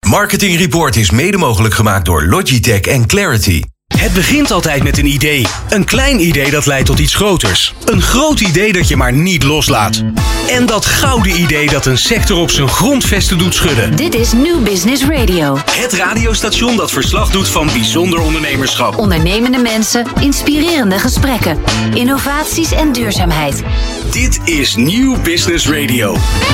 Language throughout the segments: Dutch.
Marketing Report is mede mogelijk gemaakt door Logitech en Clarity. Het begint altijd met een idee. Een klein idee dat leidt tot iets groters. Een groot idee dat je maar niet loslaat. En dat gouden idee dat een sector op zijn grondvesten doet schudden. Dit is New Business Radio. Het radiostation dat verslag doet van bijzonder ondernemerschap. Ondernemende mensen, inspirerende gesprekken, innovaties en duurzaamheid. Dit is New Business Radio.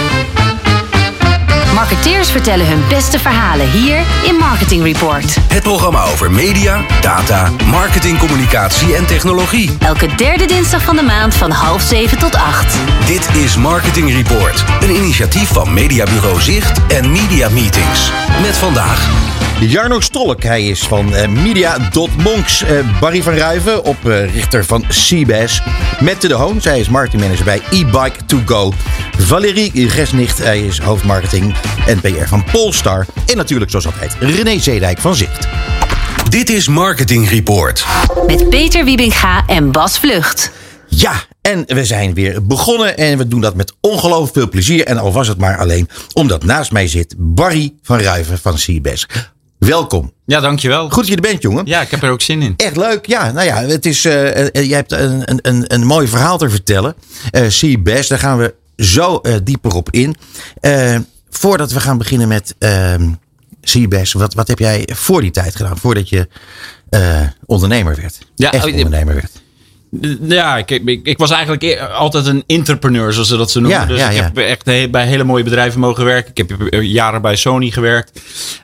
Marketeers vertellen hun beste verhalen hier in Marketing Report. Het programma over media, data, marketing, communicatie en technologie. Elke derde dinsdag van de maand van 6:30 tot 8. Dit is Marketing Report, een initiatief van Mediabureau Zicht en Media Meetings. Met vandaag Jarno Stolk, hij is van Media.Monks. Barry van Ruiven, oprichter van CBAS. Mette de Hoon, zij is marketingmanager bij eBike2Go. Valérie Gesnicht, hij is hoofdmarketing en PR van Polestar. En natuurlijk, zoals altijd, René Zeedijk van Zicht. Dit is Marketing Report. Met Peter Wiebinga en Bas Vlucht. Ja, en we zijn weer begonnen en we doen dat met ongelooflijk veel plezier. En al was het maar alleen omdat naast mij zit Barry van Ruiven van CBAS. Welkom. Ja, dankjewel. Goed dat je er bent, jongen. Ja, ik heb er ook zin in. Echt leuk. Ja, nou ja, het is, jij hebt een mooi verhaal te vertellen. CBAS, daar gaan we zo dieper op in. Voordat we gaan beginnen met CBAS, wat heb jij voor die tijd gedaan? Voordat je ondernemer werd? Ja, echt ondernemer werd. Ja, ik was eigenlijk altijd een entrepreneur, zoals ze dat zo noemen. Ja, ik heb echt bij hele mooie bedrijven mogen werken. Ik heb jaren bij Sony gewerkt.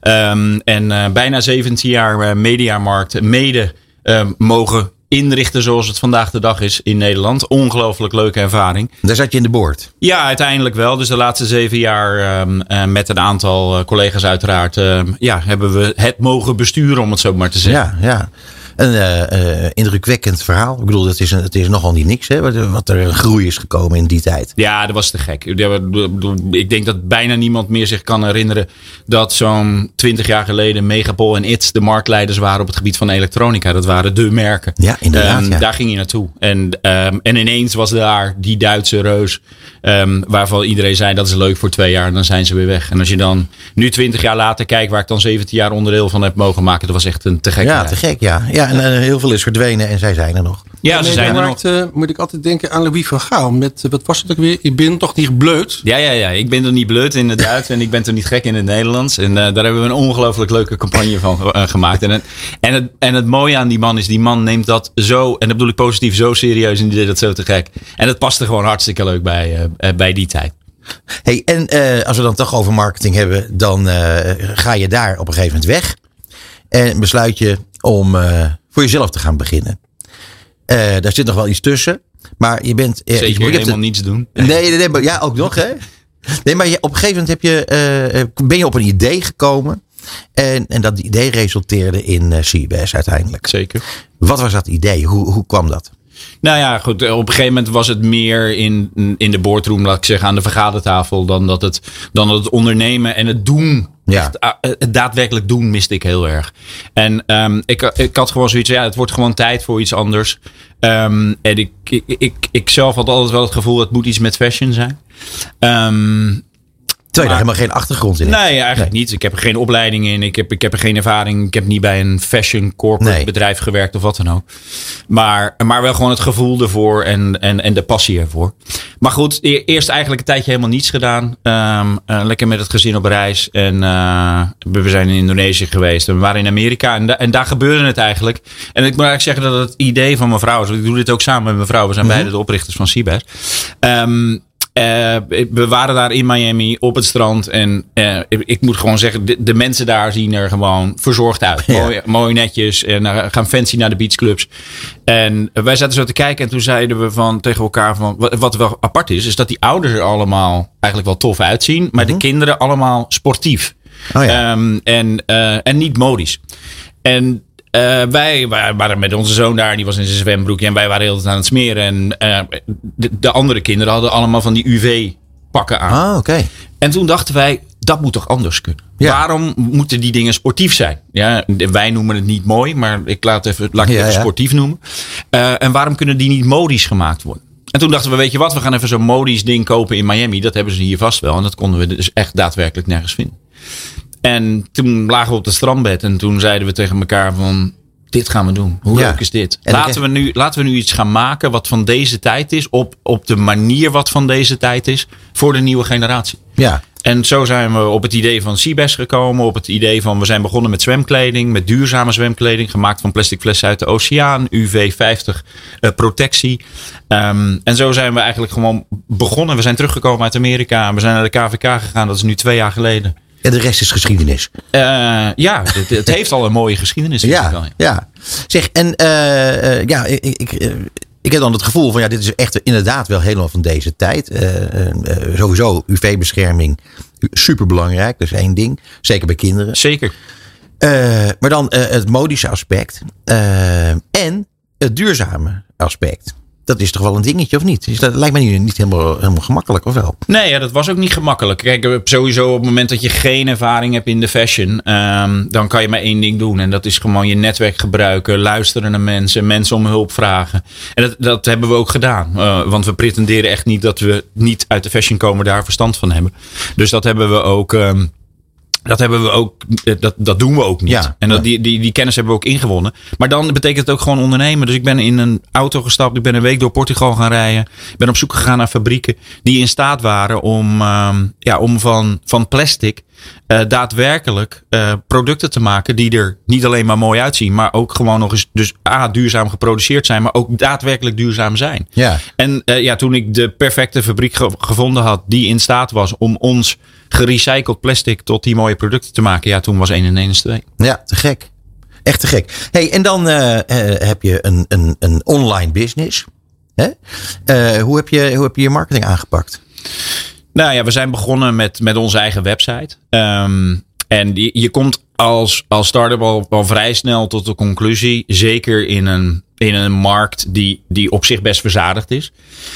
En bijna 17 jaar Mediamarkt mede mogen inrichten zoals het vandaag de dag is in Nederland. Ongelooflijk leuke ervaring. Daar zat je in de board? Ja, uiteindelijk wel. Dus de laatste 7 jaar met een aantal collega's uiteraard hebben we het mogen besturen, om het zo maar te zeggen. Ja. Een indrukwekkend verhaal. Ik bedoel, het is nogal niet niks, hè, wat er een groei is gekomen in die tijd. Ja, dat was te gek. Ik denk dat bijna niemand meer zich kan herinneren dat zo'n 20 jaar geleden Megapol en Itz de marktleiders waren op het gebied van elektronica. Dat waren de merken. Ja, inderdaad. Daar ging je naartoe. En ineens was daar die Duitse reus waarvan iedereen zei dat is leuk voor 2 jaar en dan zijn ze weer weg. En als je dan nu 20 jaar later kijkt waar ik dan 17 jaar onderdeel van heb mogen maken, dat was echt een te gek. Ja, te gek, ja. Ja, en heel veel is verdwenen en zij zijn er nog. Ja, ze zijn er nog. Moet ik altijd denken aan Louis van Gaal met, wat was het ook weer? Ik ben toch niet bleut? Ja. Ik ben er niet bleut in het Duits en ik ben er niet gek in het Nederlands. En daar hebben we een ongelooflijk leuke campagne van gemaakt. En het mooie aan die man is, die man neemt dat zo, en dat bedoel ik positief, zo serieus en die deed dat zo te gek. En dat paste gewoon hartstikke leuk bij die tijd. Hey, en als we dan toch over marketing hebben, dan ga je daar op een gegeven moment weg. En besluit je om voor jezelf te gaan beginnen. Daar zit nog wel iets tussen. Maar je bent... Zeker helemaal niets doen. Nee, maar ja, ook nog, hè? Nee, maar op een gegeven moment ben je op een idee gekomen. En dat idee resulteerde in CBAS uiteindelijk. Zeker. Wat was dat idee? Hoe kwam dat? Nou ja, goed. Op een gegeven moment was het meer in de boardroom, laat ik zeggen, aan de vergadertafel, dan dat het ondernemen en het doen. Ja. Het daadwerkelijk doen miste ik heel erg. En ik had gewoon zoiets, het wordt gewoon tijd voor iets anders. En ik zelf had altijd wel het gevoel, het moet iets met fashion zijn. Terwijl je daar helemaal geen achtergrond in hebt. Nee, eigenlijk niet. Ik heb er geen opleiding in. Ik heb er geen ervaring. Ik heb niet bij een fashion corporate bedrijf gewerkt of wat dan ook. Maar wel gewoon het gevoel ervoor en de passie ervoor. Maar goed, eerst eigenlijk een tijdje helemaal niets gedaan. Lekker met het gezin op reis. En we zijn in Indonesië geweest. En we waren in Amerika. En daar gebeurde het eigenlijk. En ik moet eigenlijk zeggen dat het idee van mijn vrouw is. Ik doe dit ook samen met mijn vrouw. We zijn beide de oprichters van CBAS. We waren daar in Miami op het strand. En ik moet gewoon zeggen, de mensen daar zien er gewoon verzorgd uit. Ja. Mooi netjes. En gaan fancy naar de beachclubs. En wij zaten zo te kijken. En toen zeiden we tegen elkaar wat wel apart is dat die ouders er allemaal eigenlijk wel tof uitzien. Maar de kinderen allemaal sportief. Oh ja. En niet modisch. En wij waren met onze zoon daar. Die was in zijn zwembroekje. En wij waren heel tijd aan het smeren. En de andere kinderen hadden allemaal van die UV-pakken aan. Oké. En toen dachten wij, dat moet toch anders kunnen? Ja. Waarom moeten die dingen sportief zijn? Ja, wij noemen het niet mooi. Maar laat ik het even sportief noemen. En waarom kunnen die niet modisch gemaakt worden? En toen dachten we, weet je wat? We gaan even zo'n modisch ding kopen in Miami. Dat hebben ze hier vast wel. En dat konden we dus echt daadwerkelijk nergens vinden. En toen lagen we op het strandbed en toen zeiden we tegen elkaar van, dit gaan we doen. Hoe leuk is dit? Laten we nu iets gaan maken wat van deze tijd is. Op de manier wat van deze tijd is. Voor de nieuwe generatie. Ja. En zo zijn we op het idee van Seabass gekomen. Op het idee van, we zijn begonnen met zwemkleding. Met duurzame zwemkleding. Gemaakt van plastic flessen uit de oceaan. UV50 protectie. En zo zijn we eigenlijk gewoon begonnen. We zijn teruggekomen uit Amerika. We zijn naar de KVK gegaan. Dat is nu 2 jaar geleden. En de rest is geschiedenis. Het heeft al een mooie geschiedenis. Ja. Zeg, en ik heb dan het gevoel van, dit is echt inderdaad wel helemaal van deze tijd. Sowieso UV-bescherming, superbelangrijk. Dat is 1 ding. Zeker bij kinderen. Zeker. Maar dan het modische aspect. En het duurzame aspect. Dat is toch wel een dingetje, of niet? Dat lijkt me niet helemaal gemakkelijk, of wel? Nee, dat was ook niet gemakkelijk. Kijk, sowieso op het moment dat je geen ervaring hebt in de fashion, dan kan je maar 1 ding doen. En dat is gewoon je netwerk gebruiken, luisteren naar mensen om hulp vragen. En dat hebben we ook gedaan. Want we pretenderen echt niet dat we niet uit de fashion komen, daar verstand van hebben. Dus dat hebben we ook. Dat doen we ook niet. Ja, en die kennis hebben we ook ingewonnen. Maar dan betekent het ook gewoon ondernemen. Dus ik ben in een auto gestapt. Ik ben een week door Portugal gaan rijden. Ik ben op zoek gegaan naar fabrieken die in staat waren om van plastic daadwerkelijk producten te maken die er niet alleen maar mooi uitzien, maar ook gewoon nog eens dus duurzaam geproduceerd zijn, maar ook daadwerkelijk duurzaam zijn. Ja. En toen ik de perfecte fabriek gevonden had die in staat was om ons gerecycled plastic tot die mooie producten te maken, toen was 1 en 1 is 2. Ja, te gek. Echt te gek. Hey, en dan heb je een online business. Hè? Hoe heb je je marketing aangepakt? Nou ja, we zijn begonnen met onze eigen website. En je komt als start-up al vrij snel tot de conclusie, zeker in een markt die op zich best verzadigd is,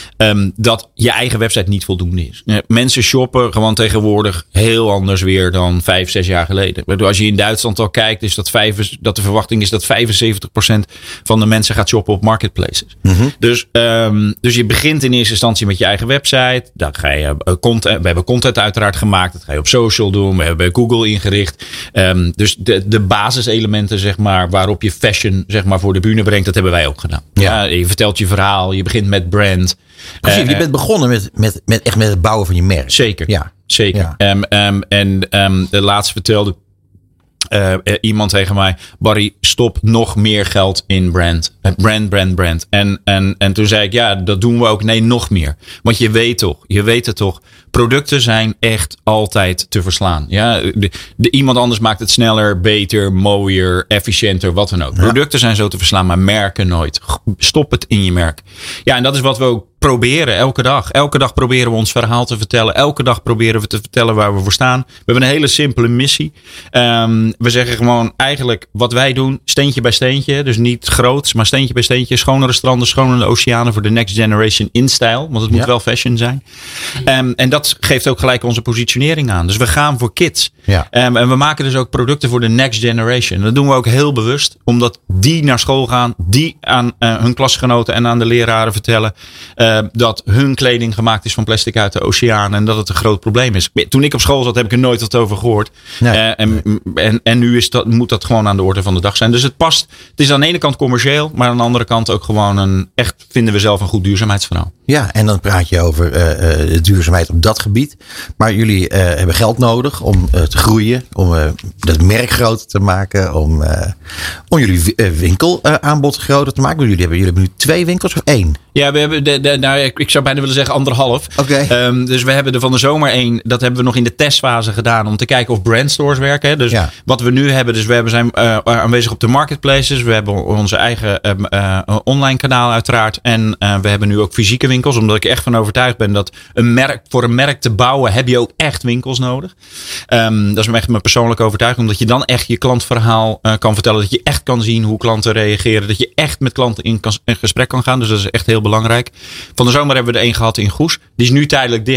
dat je eigen website niet voldoende is. Mensen shoppen gewoon tegenwoordig heel anders weer dan 5-6 jaar geleden. Als je in Duitsland al kijkt, is dat de verwachting is dat 75% van de mensen gaat shoppen op marketplaces. Mm-hmm. Dus je begint in eerste instantie met je eigen website. Dan ga je content. We hebben content uiteraard gemaakt. Dat ga je op social doen. We hebben Google ingericht. Dus de basiselementen, zeg maar, waarop je fashion, zeg maar, voor de bühne brengt, dat hebben wij ook gedaan. Ja. Je vertelt je verhaal. Je begint met brand. Precies, je bent begonnen met het bouwen van je merk. Zeker. Ja. Zeker. Ja. De laatst vertelde iemand tegen mij, Barry, stop nog meer geld in brand. Brand. En toen zei ik, dat doen we ook. Nee, nog meer. Want je weet het toch. Producten zijn echt altijd te verslaan. Ja, iemand anders maakt het sneller, beter, mooier, efficiënter, wat dan ook. Producten zijn zo te verslaan, maar merken nooit. Stop het in je merk. Ja, en dat is wat we ook proberen elke dag. Elke dag proberen we ons verhaal te vertellen. Elke dag proberen we te vertellen waar we voor staan. We hebben een hele simpele missie. We zeggen gewoon eigenlijk wat wij doen, steentje bij steentje. Dus niet groots, maar steentje bij steentje. Schonere stranden, schonere oceanen voor de next generation in stijl. Want het moet wel fashion zijn. En dat geeft ook gelijk onze positionering aan. Dus we gaan voor kids. Ja. En we maken dus ook producten voor de next generation. Dat doen we ook heel bewust. Omdat die naar school gaan. Die aan hun klasgenoten en aan de leraren vertellen dat hun kleding gemaakt is van plastic uit de oceaan. En dat het een groot probleem is. Toen ik op school zat, heb ik er nooit wat over gehoord. Nee. En nu moet dat gewoon aan de orde van de dag zijn. Dus het past. Het is aan de ene kant commercieel. Maar aan de andere kant ook gewoon echt vinden we zelf een goed duurzaamheidsverhaal. Ja, en dan praat je over de duurzaamheid op dat gebied. Maar jullie hebben geld nodig om te groeien. Om dat merk groter te maken. Om jullie winkelaanbod groter te maken. Jullie hebben nu 2 winkels of 1? Ja, we hebben ik zou bijna willen zeggen 1,5. Okay. Dus we hebben er van de zomer 1. Dat hebben we nog in de testfase gedaan. Om te kijken of brandstores werken. Hè. Dus wat we nu hebben. Dus we zijn aanwezig op de marketplaces. We hebben onze eigen online kanaal uiteraard. En we hebben nu ook fysieke winkels. Omdat ik er echt van overtuigd ben dat voor een merk te bouwen heb je ook echt winkels nodig. Dat is echt mijn persoonlijke overtuiging. Omdat je dan echt je klantverhaal kan vertellen. Dat je echt kan zien hoe klanten reageren. Dat je echt met klanten in gesprek kan gaan. Dus dat is echt heel belangrijk. Van de zomer hebben we er 1 gehad in Goes. Die is nu tijdelijk dicht. Omdat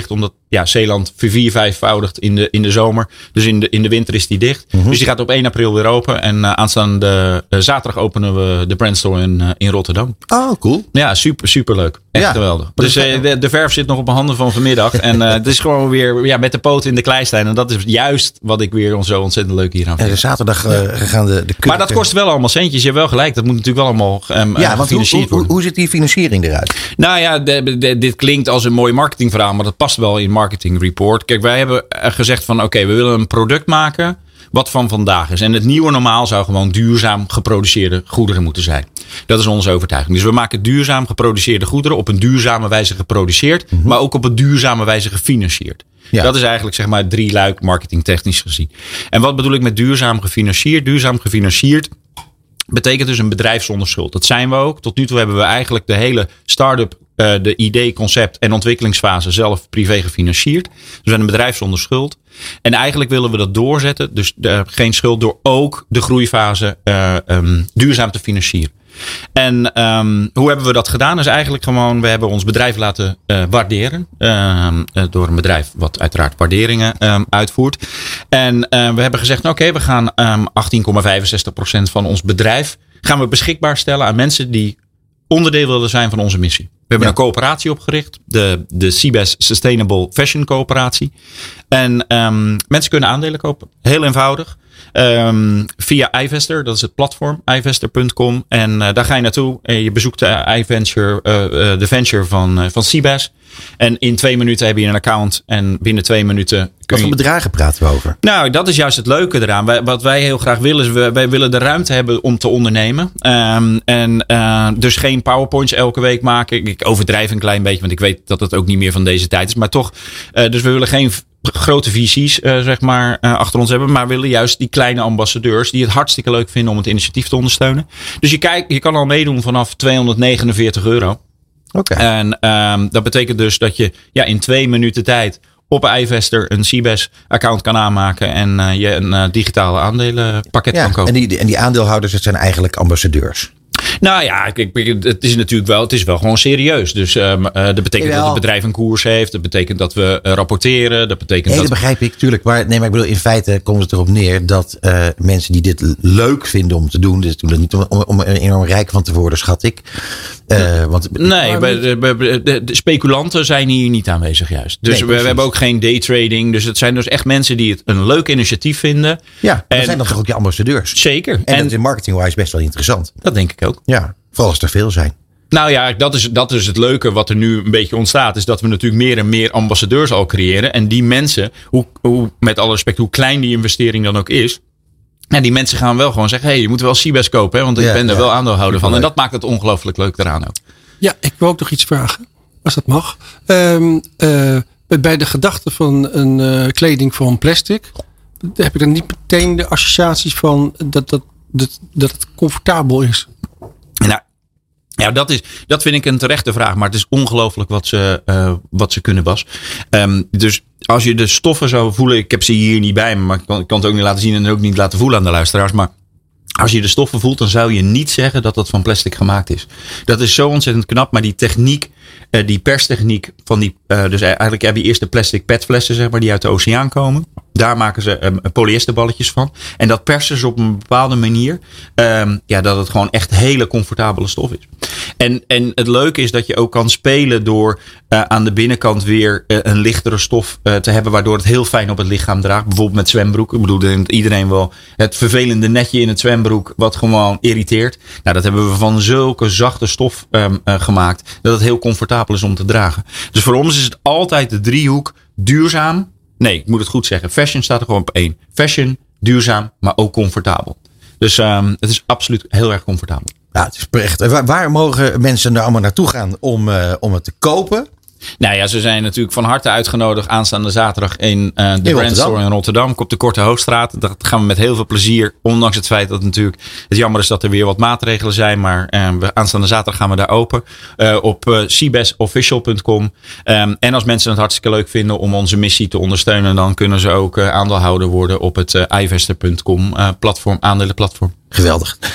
Zeeland verviervijfvoudigt in de zomer. Dus in de winter is die dicht. Dus die gaat op 1 april weer open. En aanstaande zaterdag openen we de Brandstore in Rotterdam. Oh, cool. Ja, super leuk. Echt geweldig. Dus de verf zit nog op mijn handen van vanmiddag. En het is gewoon weer met de poten in de klei staan. En dat is juist wat ik weer zo ontzettend leuk hier aan vind. En zaterdag gaan de maar dat kost wel allemaal centjes. Je hebt wel gelijk. Dat moet natuurlijk wel allemaal gefinancierd worden. Hoe ziet die financiering eruit? Nou ja, dit klinkt als een mooi marketingverhaal. Maar dat past wel in Marketing Report. Kijk, wij hebben gezegd van oké, we willen een product maken wat van vandaag is. En het nieuwe normaal zou gewoon duurzaam geproduceerde goederen moeten zijn. Dat is onze overtuiging. Dus we maken duurzaam geproduceerde goederen op een duurzame wijze geproduceerd. Maar ook op een duurzame wijze gefinancierd. Ja. Dat is eigenlijk zeg maar 3 luik marketingtechnisch gezien. En wat bedoel ik met duurzaam gefinancierd? Duurzaam gefinancierd betekent dus een bedrijf zonder schuld. Dat zijn we ook. Tot nu toe hebben we eigenlijk de hele start-up, de idee, concept en ontwikkelingsfase zelf privé gefinancierd. Dus we zijn een bedrijf zonder schuld. En eigenlijk willen we dat doorzetten. Dus geen schuld door ook de groeifase duurzaam te financieren. En hoe hebben we dat gedaan? Dus eigenlijk gewoon, we hebben ons bedrijf laten waarderen. Door een bedrijf wat uiteraard waarderingen uitvoert. En we hebben gezegd, oké, we gaan 18,65% van ons bedrijf gaan we beschikbaar stellen aan mensen die onderdeel willen zijn van onze missie. We hebben een coöperatie opgericht. De CBES Sustainable Fashion Coöperatie. En mensen kunnen aandelen kopen. Heel eenvoudig. Via iVestor, dat is het platform, iVestor.com. En daar ga je naartoe. En je bezoekt de iVenture, de venture van CBES. En in 2 minuten heb je een account. En binnen 2 minuten... Wat voor bedragen praten we over? Nou, dat is juist het leuke eraan. Wat wij heel graag willen, is wij willen de ruimte hebben om te ondernemen. Dus geen PowerPoints elke week maken. Ik overdrijf een klein beetje, want ik weet dat het ook niet meer van deze tijd is. Maar toch, dus we willen geen grote visies achter ons hebben. Maar willen juist die kleine ambassadeurs die het hartstikke leuk vinden om het initiatief te ondersteunen. Dus je kan al meedoen vanaf €249. Okay. En dat betekent dus dat je in 2 minuten tijd op iVestor een CBES account kan aanmaken en je een digitale aandelenpakket kan kopen. En die aandeelhouders, dat zijn eigenlijk ambassadeurs. Nou ja, het is natuurlijk wel, gewoon serieus. Dus dat betekent dat het bedrijf een koers heeft. Dat betekent dat we rapporteren. Dat betekent dat begrijp ik, tuurlijk. Maar ik bedoel, in feite komt het erop neer dat mensen die dit leuk vinden om te doen, dus doen het niet om er enorm rijk van te worden, schat ik. De speculanten zijn hier niet aanwezig juist. Dus we hebben ook geen daytrading. Dus het zijn dus echt mensen die het een leuk initiatief vinden. Ja, dat zijn dan toch ook je ambassadeurs? Zeker. En dat is in marketing-wise best wel interessant. Dat denk ik ook. Ja, vooral als er veel zijn. Nou ja, dat is het leuke wat er nu een beetje ontstaat. Is dat we natuurlijk meer en meer ambassadeurs al creëren. En die mensen, met alle respect, hoe klein die investering dan ook is. En die mensen gaan wel gewoon zeggen, je moet wel CBES kopen. Hè, want ik ben er wel aandeelhouder van. En dat maakt het ongelooflijk leuk eraan ook. Ja, ik wil ook nog iets vragen. Als dat mag. Bij de gedachte van een kleding van plastic. Heb ik dan niet meteen de associaties van dat het comfortabel is. Nou, ja, dat vind ik een terechte vraag. Maar het is ongelooflijk wat ze kunnen, Bas. Dus als je de stoffen zou voelen. Ik heb ze hier niet bij me. Maar ik kan het ook niet laten zien. En ook niet laten voelen aan de luisteraars. Maar als je de stoffen voelt. Dan zou je niet zeggen dat dat van plastic gemaakt is. Dat is zo ontzettend knap. Maar die techniek. Die perstechniek. Dus eigenlijk heb je eerst de plastic petflessen. Zeg maar, die uit de oceaan komen. Daar maken ze polyesterballetjes van. En dat persen ze op een bepaalde manier. Dat het gewoon echt hele comfortabele stof is. En het leuke is dat je ook kan spelen door aan de binnenkant weer een lichtere stof te hebben. Waardoor het heel fijn op het lichaam draagt. Bijvoorbeeld met zwembroek. Ik bedoel, iedereen wel het vervelende netje in het zwembroek. Wat gewoon irriteert. Nou, dat hebben we van zulke zachte stof gemaakt. Dat het heel comfortabel is om te dragen. Dus voor ons is het altijd de driehoek duurzaam. Nee, ik moet het goed zeggen. Fashion staat er gewoon op 1. Fashion, duurzaam, maar ook comfortabel. Dus het is absoluut heel erg comfortabel. Ja, het is prachtig. Waar mogen mensen nou allemaal naartoe gaan om het te kopen? Nou ja, ze zijn natuurlijk van harte uitgenodigd aanstaande zaterdag in de Brandstore in Rotterdam. Op de Korte Hoogstraat. Dat gaan we met heel veel plezier. Ondanks het feit dat natuurlijk het jammer is dat er weer wat maatregelen zijn. Maar aanstaande zaterdag gaan we daar open. Op cbesofficial.com. En als mensen het hartstikke leuk vinden om onze missie te ondersteunen. Dan kunnen ze ook aandeelhouder worden op het iVestor.com aandelenplatform. Geweldig.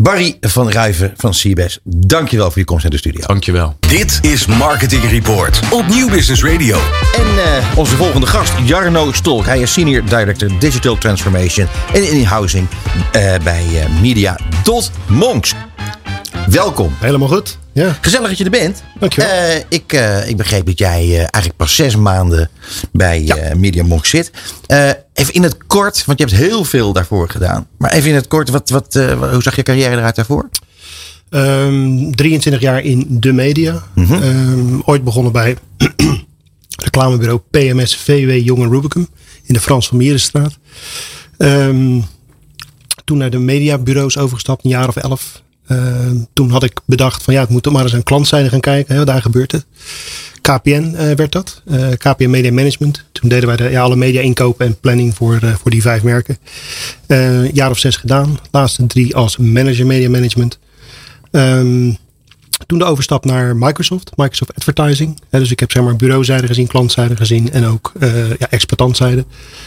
Barry van Ruiven van CBS, dankjewel voor je komst naar de studio. Dankjewel. Dit is Marketing Report op Nieuw Business Radio. En onze volgende gast, Jarno Stolk. Hij is Senior Director Digital Transformation en in-housing bij Media.Monks. Welkom. Helemaal goed. Ja. Gezellig dat je er bent. Dankjewel. Ik begreep dat jij eigenlijk pas 6 maanden bij Media.Monks zit. Even in het kort, want je hebt heel veel daarvoor gedaan. Maar even in het kort, hoe zag je carrière eruit daarvoor? 23 jaar in de media. Ooit begonnen bij reclamebureau PMS VW Jong & Rubicam in de Frans van Mierenstraat. Toen naar de mediabureaus overgestapt, een jaar of 11. Toen had ik bedacht van ik moet toch maar eens aan klantzijde gaan kijken. Hè, daar gebeurt het. KPN werd dat. KPN Media Management. Toen deden wij alle media inkopen en planning voor die 5 merken. Jaar of 6 gedaan. Laatste 3 als manager media management. Toen de overstap naar Microsoft Advertising. Dus ik heb zeg maar bureauzijde gezien, klantzijde gezien en ook exploitantzijde.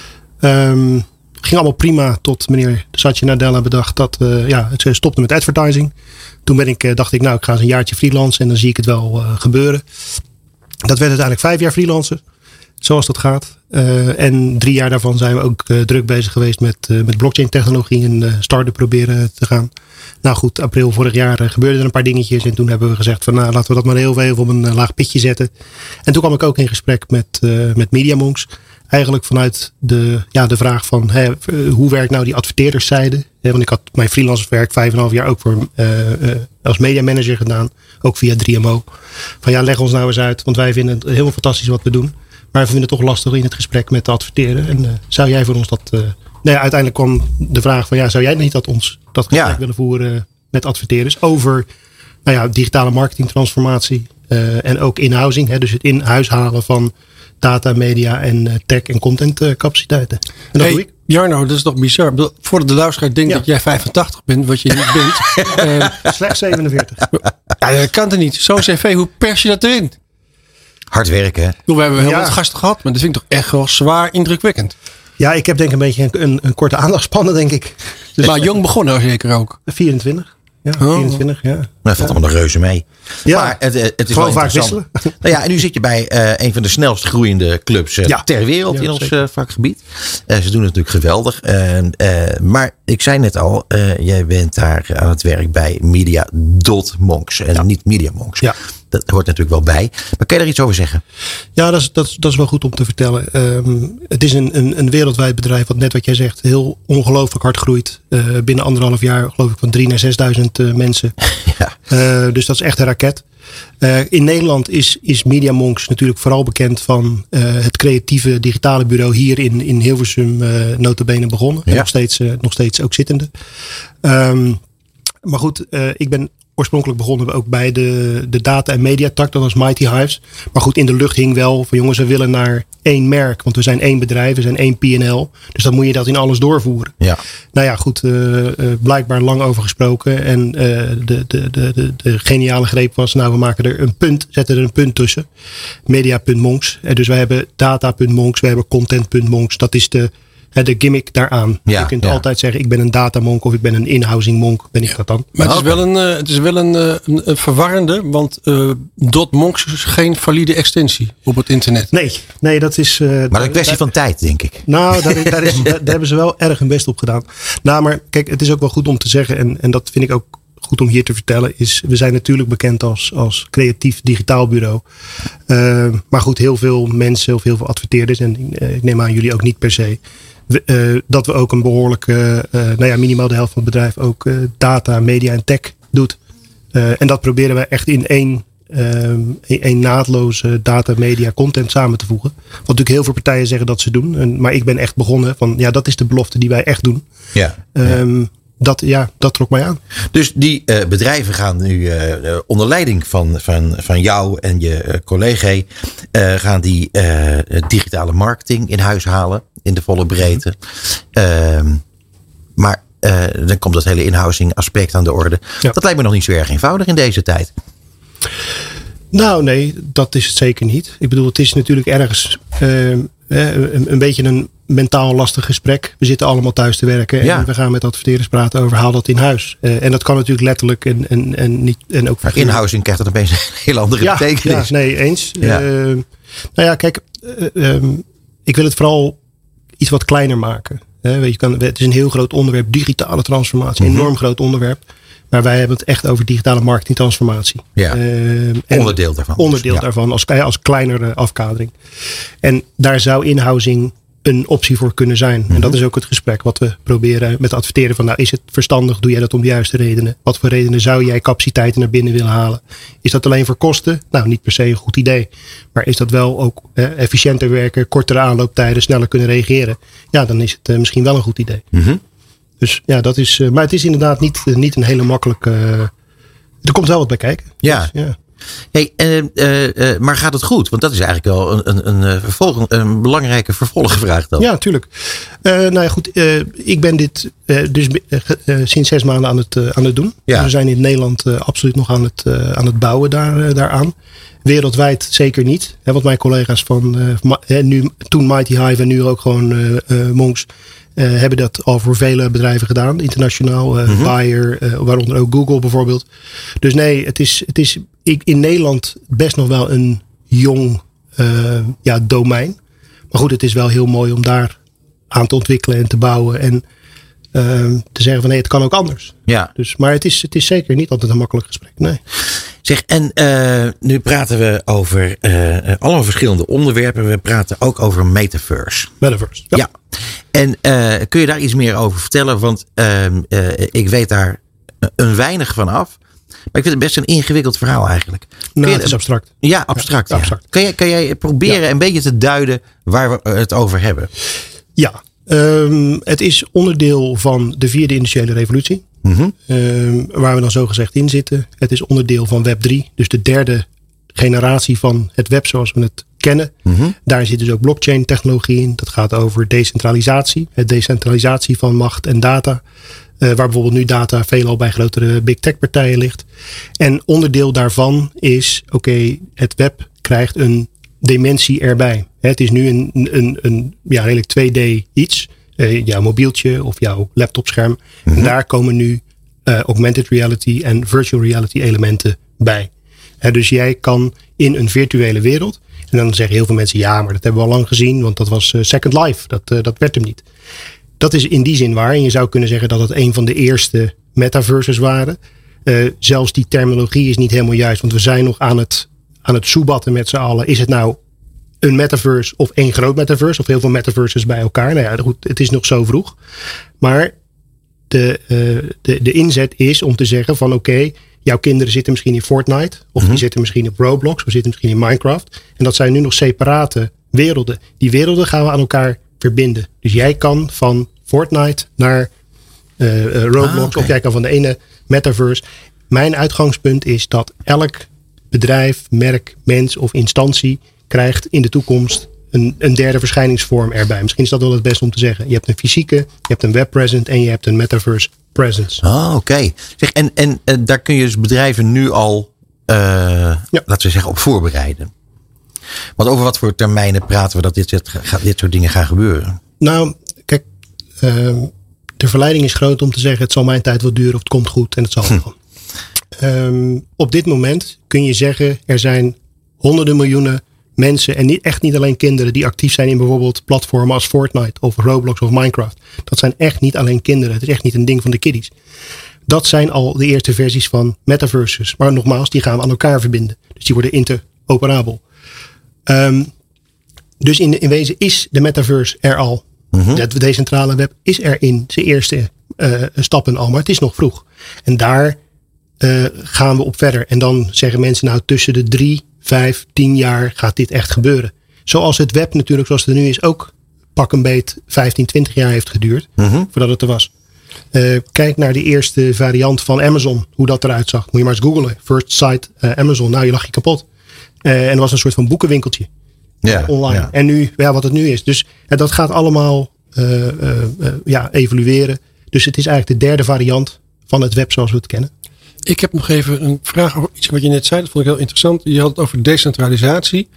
Ging allemaal prima tot meneer Satya Nadella bedacht dat het stopte met advertising. Toen dacht ik ik ga eens een jaartje freelancen en dan zie ik het wel gebeuren. Dat werd uiteindelijk 5 jaar freelancer. Zoals dat gaat. En 3 jaar daarvan zijn we ook druk bezig geweest met blockchain technologie en start-up proberen te gaan. Nou goed, april vorig jaar gebeurden er een paar dingetjes. En toen hebben we gezegd van laten we dat maar heel even op een laag pitje zetten. En toen kwam ik ook in gesprek met Media.Monks. Eigenlijk vanuit de vraag van hoe werkt nou die adverteerderszijde. Want ik had mijn freelancerswerk 5,5 jaar ook als media manager gedaan. Ook via 3MO. Van leg ons nou eens uit. Want wij vinden het helemaal fantastisch wat we doen. Maar we vinden het toch lastig in het gesprek met de adverteerder. En zou jij voor ons dat... uiteindelijk kwam de vraag van zou jij niet dat gesprek willen voeren met adverteerders over digitale marketingtransformatie en ook in-housing. Dus het in-huis halen van data, media en tech en content capaciteiten. En dat doe ik. Jarno, dat is toch bizar. Voordat de luisteraar denkt dat jij 85 bent, wat je niet bent. Slechts 47. Dat kan er niet. Zo'n cv, hoe pers je dat erin? Hard werken, hè? We hebben heel wat gasten gehad, maar dat vind ik toch echt wel zwaar indrukwekkend. Ja, ik heb denk ik een beetje een korte aandachtspannen, denk ik. Dus maar jong begonnen zeker ook. 24. Ja, 24, ja. Nou, dat valt allemaal nog reuze mee. Ja, maar het is gewoon wel vaak wisselen. En nu zit je bij een van de snelst groeiende clubs ter wereld in ons vakgebied. Ze doen het natuurlijk geweldig. Maar ik zei net al, jij bent daar aan het werk bij Media.Monks en niet Media.Monks. Ja. Dat hoort natuurlijk wel bij. Maar kan je er iets over zeggen? Ja, dat is wel goed om te vertellen. Het is een wereldwijd bedrijf, wat net wat jij zegt, heel ongelooflijk hard groeit. Binnen 1,5 jaar geloof ik van 3.000 naar 6.000 mensen. Ja. Dus dat is echt een raket. In Nederland is Media.Monks natuurlijk vooral bekend van het creatieve digitale bureau hier in Hilversum nota bene begonnen. Ja. En nog steeds ook zittende. Maar goed, ik ben oorspronkelijk begonnen we ook bij de data- en mediatak. Dat was Mighty Hives. Maar goed, in de lucht hing wel van jongens, we willen naar 1 merk. Want we zijn 1 bedrijf, we zijn 1 P&L. Dus dan moet je dat in alles doorvoeren. Ja. Nou ja, goed. Blijkbaar lang over gesproken. En de geniale greep was, we maken er zetten er een punt tussen. Media.Monks. Dus wij hebben data.Monks, we hebben content.Monks. Dat is de gimmick daaraan. Ja, je kunt altijd zeggen, ik ben een datamonk of ik ben een in-housing monk. Ben ik dat dan? Maar het is wel een verwarrende, want .monks is geen valide extensie op het internet. Nee, dat is... maar een kwestie van tijd, denk ik. Nou, daar hebben ze wel erg hun best op gedaan. Nou, maar kijk, het is ook wel goed om te zeggen, en dat vind ik ook goed om hier te vertellen, is we zijn natuurlijk bekend als creatief digitaal bureau. Maar goed, heel veel mensen of heel veel adverteerders, en ik neem aan jullie ook niet per se, dat we ook een behoorlijke, minimaal de helft van het bedrijf ook data, media en tech doet. En dat proberen we echt in één naadloze data, media, content samen te voegen. Wat natuurlijk heel veel partijen zeggen dat ze doen. Maar ik ben echt begonnen van, dat is de belofte die wij echt doen. Ja. Dat trok mij aan. Dus die bedrijven gaan nu onder leiding van jou en je collega gaan die digitale marketing in huis halen in de volle breedte. Maar dan komt dat hele in-housing aspect aan de orde. Ja. Dat lijkt me nog niet zo erg eenvoudig in deze tijd. Nou nee, dat is het zeker niet. Ik bedoel, het is natuurlijk ergens een beetje mentaal lastig gesprek. We zitten allemaal thuis te werken. En we gaan met adverteerders praten over haal dat in huis. En dat kan natuurlijk letterlijk en niet. En ook maar in-housing krijgt dat opeens een hele andere betekenis. Ja, nee, eens. Ja. Kijk. Ik wil het vooral iets wat kleiner maken. Het is een heel groot onderwerp. Digitale transformatie. Enorm groot onderwerp. Maar wij hebben het echt over digitale marketingtransformatie. Ja. Onderdeel daarvan. Onderdeel daarvan als kleinere afkadering. En daar zou in-housing een optie voor kunnen zijn. En dat is ook het gesprek wat we proberen met adverteren. Van, is het verstandig? Doe jij dat om de juiste redenen? Wat voor redenen zou jij capaciteiten naar binnen willen halen? Is dat alleen voor kosten? Nou, niet per se een goed idee. Maar is dat wel ook efficiënter werken, kortere aanlooptijden, sneller kunnen reageren? Ja, dan is het misschien wel een goed idee. Dus ja, dat is. Maar het is inderdaad niet een hele makkelijke. Er komt wel wat bij kijken. Ja. Dus, Hey, maar gaat het goed? Want dat is eigenlijk wel een belangrijke vervolgvraag dan. Ja, tuurlijk. Goed. Ik ben dit sinds 6 maanden aan het doen. Ja. We zijn in Nederland absoluut nog aan het bouwen daaraan. Wereldwijd zeker niet. Want mijn collega's van toen Mighty Hive en nu ook gewoon Monks hebben dat al voor vele bedrijven gedaan. Internationaal. Bayer, waaronder ook Google bijvoorbeeld. Dus nee, het is in Nederland best nog wel een jong domein. Maar goed, het is wel heel mooi om daar aan te ontwikkelen en te bouwen. En te zeggen van nee, het kan ook anders. Ja. Dus, maar het is zeker niet altijd een makkelijk gesprek. Nee. Zeg, en nu praten we over allemaal verschillende onderwerpen. We praten ook over Metaverse. Ja. En kun je daar iets meer over vertellen? Want ik weet daar een weinig van af. Maar ik vind het best een ingewikkeld verhaal eigenlijk. Het is abstract. Ja, abstract. Ja. Abstract. Kan jij proberen een beetje te duiden waar we het over hebben? Ja, het is onderdeel van de 4e industriële revolutie. Waar we dan zogezegd in zitten. Het is onderdeel van Web 3. Dus de 3e generatie van het web zoals we het kennen. Daar zit dus ook blockchain technologie in. Dat gaat over decentralisatie. Het decentralisatie van macht en data. Waar bijvoorbeeld nu data veelal bij grotere big tech partijen ligt. En onderdeel daarvan is, het web krijgt een dimensie erbij. Het is nu een redelijk 2D iets. Jouw mobieltje of jouw laptopscherm. En daar komen nu augmented reality en virtual reality elementen bij. Dus jij kan in een virtuele wereld. En dan zeggen heel veel mensen, ja, maar dat hebben we al lang gezien. Want dat was Second Life. Dat werd hem niet. Dat is in die zin waar. En je zou kunnen zeggen dat het een van de eerste metaverses waren. Zelfs die terminologie is niet helemaal juist. Want we zijn nog aan het soebatten met z'n allen. Is het nou een metaverse of één groot metaverse? Of heel veel metaverses bij elkaar? Nou ja, goed, het is nog zo vroeg. Maar de inzet is om te zeggen van jouw kinderen zitten misschien in Fortnite. Of die zitten misschien op Roblox. Of zitten misschien in Minecraft. En dat zijn nu nog separate werelden. Die werelden gaan we aan elkaar verbinden. Dus jij kan van Fortnite naar Roblox. Of jij kan van de ene metaverse. Mijn uitgangspunt is dat elk bedrijf, merk, mens of instantie krijgt in de toekomst een derde verschijningsvorm erbij. Misschien is dat wel het beste om te zeggen. Je hebt een fysieke, je hebt een web presence en je hebt een metaverse presence. Oké. Zeg, en daar kun je dus bedrijven nu al, laten we zeggen, op voorbereiden. Want over wat voor termijnen praten we dat dit soort dingen gaan gebeuren? Nou, kijk, de verleiding is groot om te zeggen het zal mijn tijd wel duren of het komt goed en het zal wel. Op dit moment kun je zeggen er zijn honderden miljoenen mensen en echt niet alleen kinderen die actief zijn in bijvoorbeeld platformen als Fortnite of Roblox of Minecraft. Dat zijn echt niet alleen kinderen. Het is echt niet een ding van de kiddies. Dat zijn al de eerste versies van metaverses. Maar nogmaals, die gaan we aan elkaar verbinden. Dus die worden interoperabel. Dus in wezen is de metaverse er al. Het decentrale web is er in zijn eerste stappen al. Maar het is nog vroeg. En daar gaan we op verder. En dan zeggen mensen nou tussen de 3, 5, 10 jaar gaat dit echt gebeuren. Zoals het web natuurlijk zoals het er nu is ook pak een beet 15, 20 jaar heeft geduurd. Voordat het er was. Kijk naar de eerste variant van Amazon. Hoe dat eruit zag. Moet je maar eens googlen. First site Amazon. Nou, je lag je kapot. En er was een soort van boekenwinkeltje. Online. Ja. En nu, wat het nu is. Dus dat gaat allemaal evolueren. Dus het is eigenlijk de derde variant van het web zoals we het kennen. Ik heb nog even een vraag over iets wat je net zei. Dat vond ik heel interessant. Je had het over decentralisatie.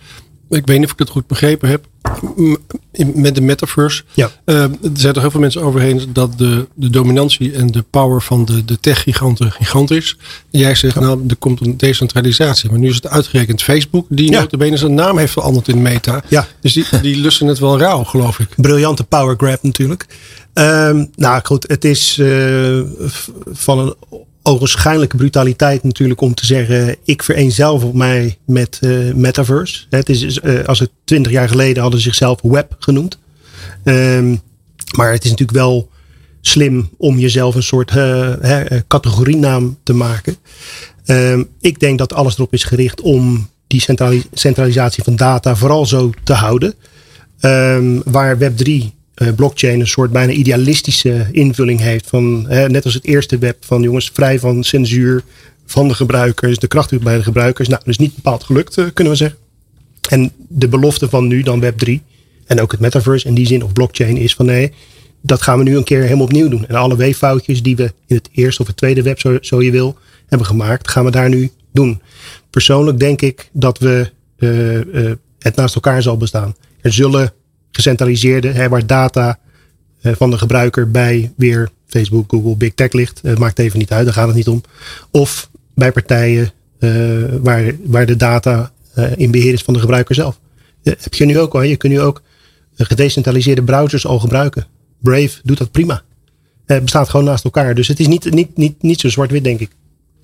ik weet niet of ik het goed begrepen heb. Met de metaverse. Ja. Er zijn toch heel veel mensen overheen dat de dominantie en de power van de tech-giganten gigant is. En jij zegt, er komt een decentralisatie. Maar nu is het uitgerekend Facebook, die notabene zijn naam heeft veranderd in Meta. Ja. Dus die lussen het wel rauw, geloof ik. Briljante power grab natuurlijk. Goed, het is van een ogenschijnlijke brutaliteit natuurlijk om te zeggen, ik vereenzelvig mij met metaverse. Het is, als het 20 jaar geleden hadden ze zichzelf web genoemd. Maar het is natuurlijk wel slim om jezelf een soort categorienaam te maken. Ik denk dat alles erop is gericht om die centralisatie van data vooral zo te houden. Waar Web3 blockchain een soort bijna idealistische invulling heeft van net als het eerste web van jongens vrij van censuur van de gebruikers, de kracht bij de gebruikers. Nou, dus niet bepaald gelukt kunnen we zeggen. En de belofte van nu dan Web3 en ook het metaverse in die zin of blockchain is van nee, dat gaan we nu een keer helemaal opnieuw doen. En alle weeffoutjes die we in het eerste of het tweede web, zo je wil, hebben gemaakt, gaan we daar nu doen. Persoonlijk denk ik dat we het naast elkaar zal bestaan. Er zullen gecentraliseerde, waar data van de gebruiker bij weer Facebook, Google, Big Tech ligt. Het maakt even niet uit, daar gaat het niet om. Of bij partijen waar de data in beheer is van de gebruiker zelf. Heb je nu ook al. Je kunt nu ook gedecentraliseerde browsers al gebruiken. Brave doet dat prima. Het bestaat gewoon naast elkaar. Dus het is niet zo zwart-wit, denk ik.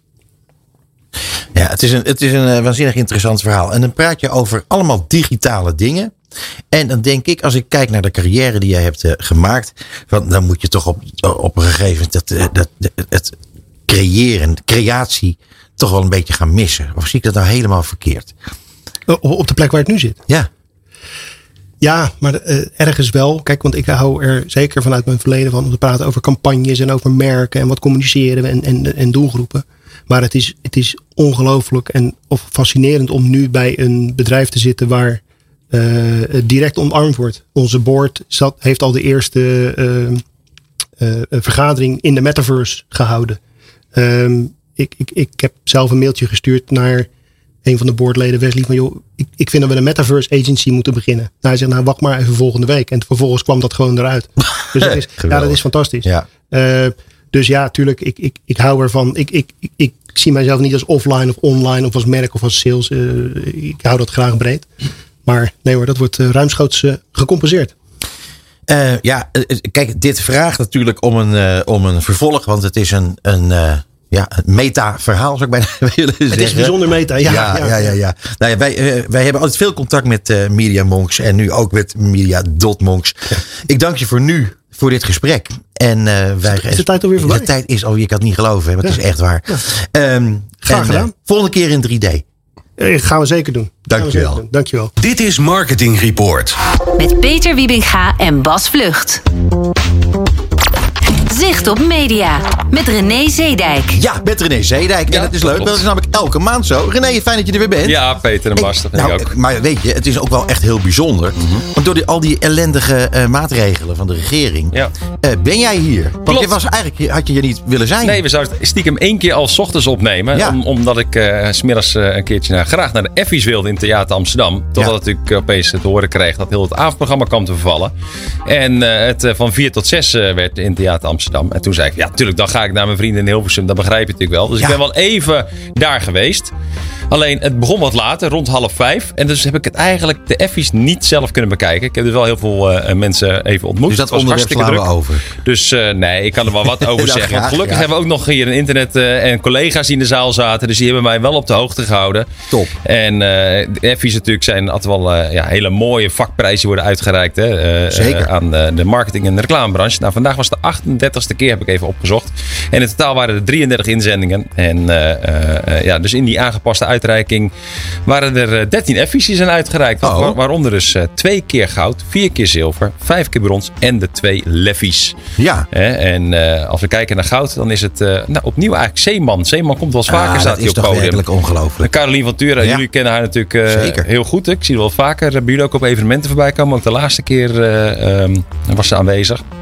Ja, het is een waanzinnig interessant verhaal. En dan praat je over allemaal digitale dingen. En dan denk ik, als ik kijk naar de carrière die jij hebt gemaakt, dan moet je toch op een gegeven moment het creatie toch wel een beetje gaan missen. Of zie ik dat nou helemaal verkeerd? Op de plek waar het nu zit? Ja. Ja, maar ergens wel. Kijk, want ik hou er zeker vanuit mijn verleden van om te praten over campagnes en over merken en wat communiceren we en doelgroepen. Maar het is ongelooflijk of fascinerend om nu bij een bedrijf te zitten waar direct omarmd wordt. Onze board heeft al de eerste vergadering in de metaverse gehouden. Ik heb zelf een mailtje gestuurd naar een van de boardleden, Wesley, van joh, ik vind dat we een metaverse agency moeten beginnen. Nou, hij zegt, wacht maar even volgende week. En vervolgens kwam dat gewoon eruit. Dus dat is fantastisch. Ja. Dus ja, tuurlijk, ik hou ervan. Ik zie mijzelf niet als offline of online of als merk of als sales. Ik hou dat graag breed. Maar nee hoor, dat wordt ruimschoots gecompenseerd. Kijk, dit vraagt natuurlijk om een vervolg. Want het is een meta-verhaal, zou ik bijna willen zeggen. Het is bijzonder meta, ja. Nou ja, wij hebben altijd veel contact met Media Monks. En nu ook met Media.Monks. Ja. Ik dank je voor nu, voor dit gesprek. En is de tijd alweer voorbij? De tijd is alweer, ik kan het niet geloven. Maar het is echt waar. Ja. Graag gedaan. Volgende keer in 3D. Gaan we zeker doen. Dankjewel. Dit is Marketing Report. Met Peter Wiebinga en Bas Vlucht. Zicht op Media. Met René Zeedijk. Ja, met René Zeedijk. En het is leuk, want het is namelijk elke maand zo. René, fijn dat je er weer bent. Ja, Peter en Bas, dat vind ik ook. Maar weet je, het is ook wel echt heel bijzonder. Mm-hmm. Want door al die ellendige maatregelen van de regering ben jij hier. Want je was eigenlijk, had je hier niet willen zijn. Nee, we zouden stiekem 1 keer al 's ochtends opnemen. Ja. Omdat ik 's middags een keertje graag naar de Effies wilde in Theater Amsterdam. Totdat ik natuurlijk opeens te horen kreeg dat heel het avondprogramma kwam te vervallen. En het van 4 tot 6 werd in Theater Amsterdam. En toen zei ik, ja, tuurlijk, dan ga ik naar mijn vrienden in Hilversum. Dat begrijp je natuurlijk wel. Dus ik ben wel even daar geweest. Alleen, het begon wat later, rond 4:30. En dus heb ik het eigenlijk de Effies niet zelf kunnen bekijken. Ik heb dus wel heel veel mensen even ontmoet. Dus dat onderwerp slaan we over. Dus nee, ik kan er wel wat over zeggen. Want gelukkig hebben we ook nog hier een internet en collega's die in de zaal zaten. Dus die hebben mij wel op de hoogte gehouden. Top. En de Effies natuurlijk zijn altijd wel hele mooie vakprijzen worden uitgereikt. Hè, zeker. Aan de marketing- en de reclamebranche. Nou, vandaag was de 38e keer, heb ik even opgezocht. En in totaal waren er 33 inzendingen. En dus in die aangepaste uitreiking waren er 13 Effies die zijn uitgereikt. Waaronder dus 2 keer goud, 4 keer zilver, 5 keer brons en de 2 Leffies. Ja. En als we kijken naar goud, dan is het opnieuw eigenlijk Zeeman. Zeeman komt wel eens vaker, staat hij op het podium. Dat is toch werkelijk ongelooflijk. Caroline van Turen, jullie kennen haar natuurlijk heel goed. Ik zie er wel vaker bij jullie ook op evenementen voorbij komen. Ook de laatste keer was ze aanwezig.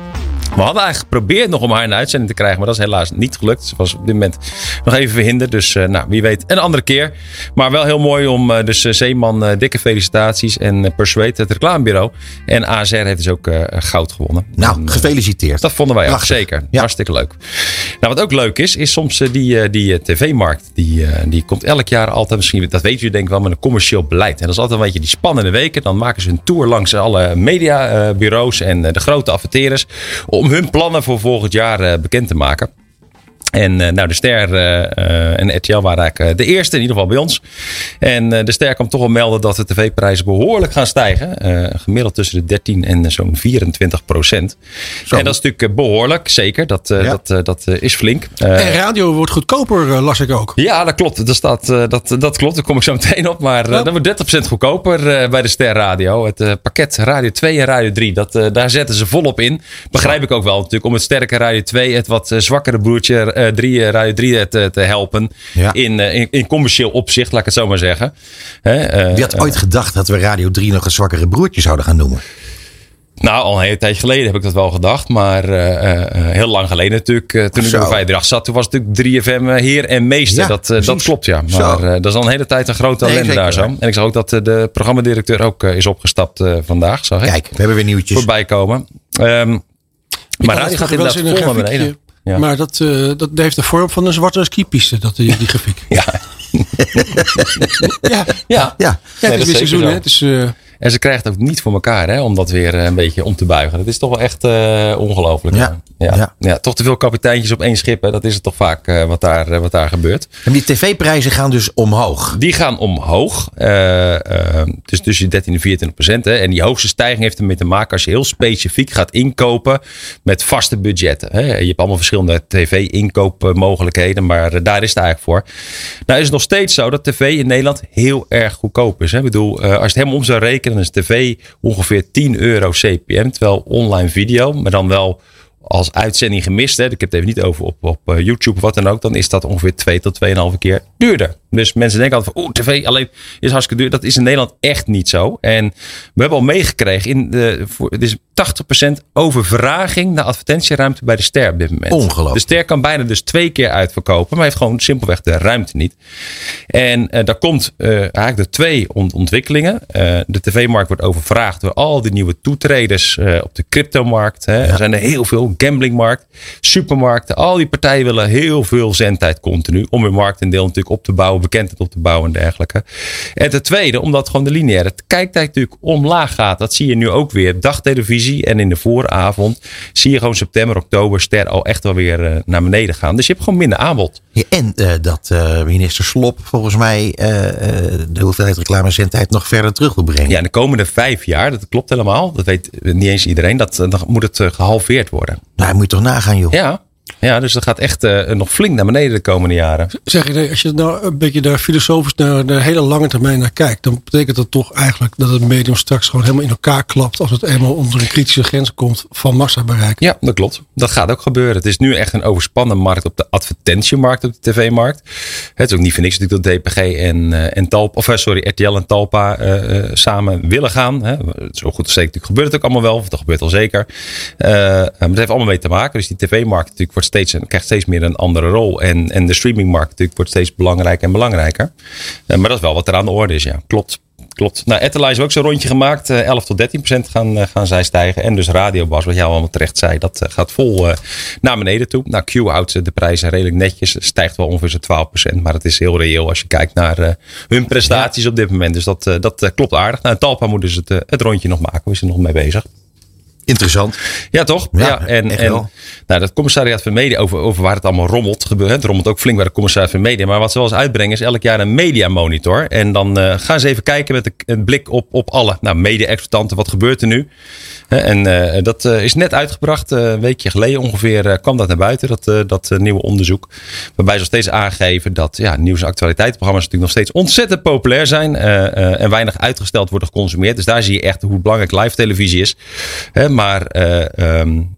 We hadden eigenlijk geprobeerd nog om haar in de uitzending te krijgen. Maar dat is helaas niet gelukt. Ze was op dit moment nog even verhinderd. Dus wie weet een andere keer. Maar wel heel mooi om dus Zeeman dikke felicitaties. En Persuade, het reclamebureau. En ASR heeft dus ook goud gewonnen. Nou, gefeliciteerd. Dat vonden wij ook zeker. Ja. Hartstikke leuk. Nou, wat ook leuk is soms die tv-markt. Die komt elk jaar altijd, misschien, dat weet jullie denk ik wel, met een commercieel beleid. En dat is altijd een beetje die spannende weken. Dan maken ze een tour langs alle mediabureaus en de grote adverteerders. Om hun plannen voor volgend jaar bekend te maken. En de Ster en RTL waren eigenlijk de eerste, in ieder geval bij ons. En de Ster kan toch wel melden dat de tv-prijzen behoorlijk gaan stijgen. Gemiddeld tussen de 13 en zo'n 24%. Zo. En dat is natuurlijk behoorlijk, zeker. Dat is flink. En radio wordt goedkoper, las ik ook. Ja, dat klopt. Dat klopt, daar kom ik zo meteen op. Maar dat wordt 30% goedkoper bij de Ster Radio. Het pakket Radio 2 en Radio 3, daar zetten ze volop in. Begrijp ik ook wel natuurlijk, om het sterke Radio 2, het wat zwakkere broertje Radio 3 te helpen. Ja. In commercieel opzicht, laat ik het zo maar zeggen. Wie had ooit gedacht dat we Radio 3 nog een zwakkere broertje zouden gaan noemen? Nou, al een hele tijd geleden heb ik dat wel gedacht. Maar heel lang geleden natuurlijk. Toen ik bij 538 zat, toen was natuurlijk 3FM heer en meester. Ja, dat klopt, ja. Maar dat is al een hele tijd een grote ellende daar zo. En ik zag ook dat de programmadirecteur ook is opgestapt vandaag. Zag ik. Kijk, we hebben weer nieuwtjes. Voorbij komen. Maar radio gaat inderdaad vol naar beneden. Ja. Maar dat heeft de vorm van een zwarte skipiste, die grafiek. Ja. Ja, het is weer seizoen, hè. Het is... En ze krijgt het ook niet voor elkaar om dat weer een beetje om te buigen. Dat is toch wel echt ongelooflijk. Ja, toch te veel kapiteintjes op één schip. Hè. Dat is het toch vaak wat daar gebeurt. En die tv-prijzen gaan dus omhoog? Die gaan omhoog. Dus tussen 13 en 24%. Hè. En die hoogste stijging heeft ermee te maken als je heel specifiek gaat inkopen met vaste budgetten. Hè. Je hebt allemaal verschillende tv-inkoopmogelijkheden. Maar daar is het eigenlijk voor. Nou is het nog steeds zo dat tv in Nederland heel erg goedkoop is. Hè. Ik bedoel, als je het helemaal om zou rekenen, dan is tv ongeveer €10 CPM. Terwijl online video, maar dan wel als uitzending gemist. Hè, ik heb het even niet over op YouTube of wat dan ook. Dan is dat ongeveer 2 tot 2,5 keer duurder. Dus mensen denken altijd van tv alleen is hartstikke duur. Dat is in Nederland echt niet zo. En we hebben al meegekregen. Het is 80% overvraging naar advertentieruimte bij de Ster op dit moment. Ongelooflijk. De Ster kan bijna dus 2 keer uitverkopen. Maar heeft gewoon simpelweg de ruimte niet. En daar komt eigenlijk door 2 ontwikkelingen. De tv-markt wordt overvraagd door al die nieuwe toetreders op de cryptomarkt. Hè. Er zijn er heel veel. Gamblingmarkt, supermarkten. Al die partijen willen heel veel zendtijd continu. Om hun marktendeel natuurlijk op te bouwen. Bekendheid op te bouwen en dergelijke. En ten tweede, omdat gewoon de lineaire kijktijd natuurlijk omlaag gaat. Dat zie je nu ook weer. Dagtelevisie en in de vooravond zie je gewoon september, oktober Ster al echt wel weer naar beneden gaan. Dus je hebt gewoon minder aanbod. Ja, en dat minister Slop volgens mij de hoeveelheid reclamezendtijd nog verder terug wil brengen. Ja, in de komende 5 jaar, dat klopt helemaal. Dat weet niet eens iedereen. Dan moet het gehalveerd worden. Nou, moet je toch nagaan, joh. Ja, dus dat gaat echt nog flink naar beneden de komende jaren. Zeg je, als je nou een beetje daar filosofisch naar de hele lange termijn naar kijkt, dan betekent dat toch eigenlijk dat het medium straks gewoon helemaal in elkaar klapt als het eenmaal onder een kritische grens komt van massabereik. Ja, dat klopt. Dat gaat ook gebeuren. Het is nu echt een overspannen markt op de advertentiemarkt, op de tv-markt. Het is ook niet voor niks natuurlijk dat DPG en Talpa, RTL en Talpa samen willen gaan. Hè. Zo goed als zeker natuurlijk gebeurt het ook allemaal wel, of dat gebeurt al zeker. Maar het heeft allemaal mee te maken. Dus die tv-markt natuurlijk krijgt steeds meer een andere rol. En de streamingmarkt natuurlijk wordt steeds belangrijker en belangrijker. Maar dat is wel wat er aan de orde is, ja. Klopt. Nou, Etterlijn hebben ook zo'n rondje gemaakt. 11 tot 13% gaan zij stijgen. En dus Radiobas, wat jij allemaal terecht zei, dat gaat vol naar beneden toe. Nou, Q houdt de prijzen redelijk netjes. Stijgt wel ongeveer zo'n 12%. Maar het is heel reëel als je kijkt naar hun prestaties op dit moment. Dus dat klopt aardig. Nou, Talpa moet dus het rondje nog maken. We zijn er nog mee bezig. Interessant. Ja, toch? Ja, en dat commissariaat van media over waar het allemaal rommelt. Het rommelt ook flink bij de commissariaat van media. Maar wat ze wel eens uitbrengen is elk jaar een mediamonitor. En dan gaan ze even kijken met een blik op alle media-exploitanten. Wat gebeurt er nu? En dat is net uitgebracht. Een weekje geleden ongeveer kwam dat naar buiten. Dat nieuwe onderzoek. Waarbij ze steeds aangeven dat nieuws- en actualiteitsprogramma's natuurlijk nog steeds ontzettend populair zijn. En weinig uitgesteld worden geconsumeerd. Dus daar zie je echt hoe belangrijk live televisie is. Maar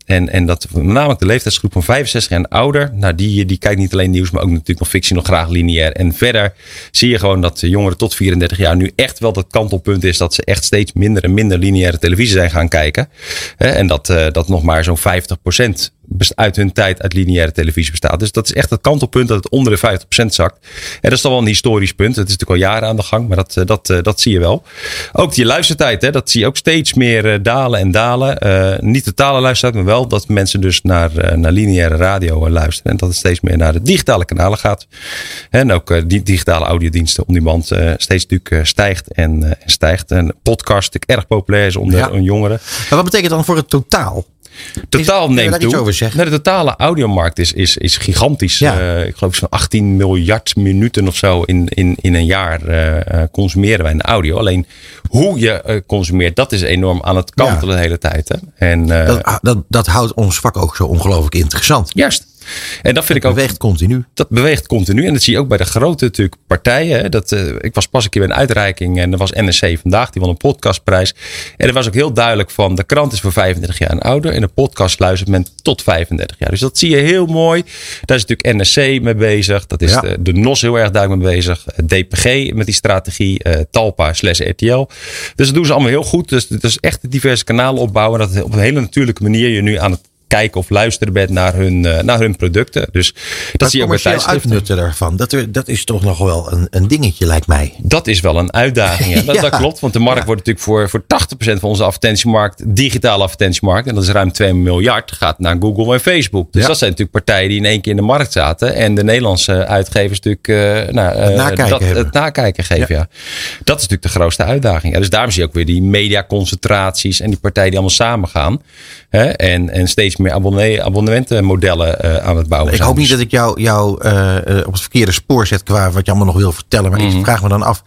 En dat namelijk de leeftijdsgroep van 65 en ouder. Nou, die kijkt niet alleen nieuws, maar ook natuurlijk nog fictie, nog graag lineair. En verder zie je gewoon dat jongeren tot 34 jaar nu echt wel dat kantelpunt is dat ze echt steeds minder en minder lineaire televisie zijn gaan kijken. En dat nog maar zo'n 50% uit hun tijd uit lineaire televisie bestaat. Dus dat is echt het kantelpunt dat het onder de 50% zakt. En dat is dan wel een historisch punt. Het is natuurlijk al jaren aan de gang, maar dat zie je wel. Ook die luistertijd, dat zie je ook steeds meer dalen en dalen. Niet totale luistertijd, maar wel dat mensen dus naar lineaire radio luisteren. En dat het steeds meer naar de digitale kanalen gaat. En ook die digitale audiodiensten on demand steeds natuurlijk stijgt en stijgt. En podcast natuurlijk erg populair is onder jongeren. Maar wat betekent dan voor het totaal? Totaal neemt toe. De totale audiomarkt is gigantisch. Ja. Ik geloof zo'n 18 miljard minuten of zo in een jaar consumeren wij een audio. Alleen hoe je consumeert, dat is enorm aan het kantelen de hele tijd. Hè? En, dat houdt ons vak ook zo ongelooflijk interessant. Juist. En dat vind ik ook. Beweegt continu. Dat beweegt continu. En dat zie je ook bij de grote natuurlijk partijen. Ik was pas een keer bij een uitreiking. En er was NRC Vandaag. Die won een podcastprijs. En er was ook heel duidelijk van. De krant is voor 35 jaar en ouder. En de podcast luistert men tot 35 jaar. Dus dat zie je heel mooi. Daar is natuurlijk NRC mee bezig. Dat is de NOS heel erg duidelijk mee bezig. DPG met die strategie. Talpa/RTL. Dus dat doen ze allemaal heel goed. Dus dat is echt diverse kanalen opbouwen. Dat op een hele natuurlijke manier je nu aan het kijken of luisteren bent naar hun producten. Dus dat zie je ook bij tijdschriften. Uitnutten daarvan, dat is toch nog wel een dingetje, lijkt mij. Dat is wel een uitdaging. Ja. Dat klopt, want de markt wordt natuurlijk voor 80% van onze advertentiemarkt, digitale advertentiemarkt, en dat is ruim 2 miljard, gaat naar Google en Facebook. Dus dat zijn natuurlijk partijen die in één keer in de markt zaten en de Nederlandse uitgevers natuurlijk het nakijken geven. Ja. Dat is natuurlijk de grootste uitdaging. Ja, dus daarom zie je ook weer die mediaconcentraties en die partijen die allemaal samen gaan. En steeds meer abonnementenmodellen aan het bouwen. Ik hoop niet dat ik jou op het verkeerde spoor zet qua wat je allemaal nog wil vertellen. Maar ik vraag me dan af,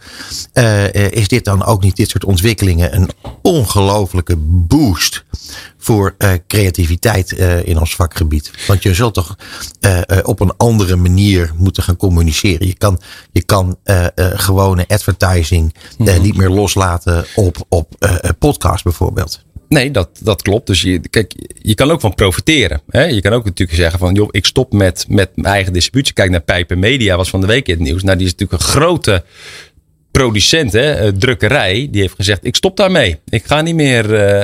is dit dan ook niet dit soort ontwikkelingen een ongelofelijke boost voor creativiteit in ons vakgebied? Want je zult toch op een andere manier moeten gaan communiceren. Je kan gewone advertising niet meer loslaten op podcast bijvoorbeeld. Nee, dat klopt. Dus je kan ook van profiteren. Hè? Je kan ook natuurlijk zeggen van, joh, ik stop met mijn eigen distributie. Kijk naar Pijper Media, was van de week in het nieuws. Nou, die is natuurlijk een grote producent, drukkerij, die heeft gezegd, ik stop daarmee. Ik ga niet meer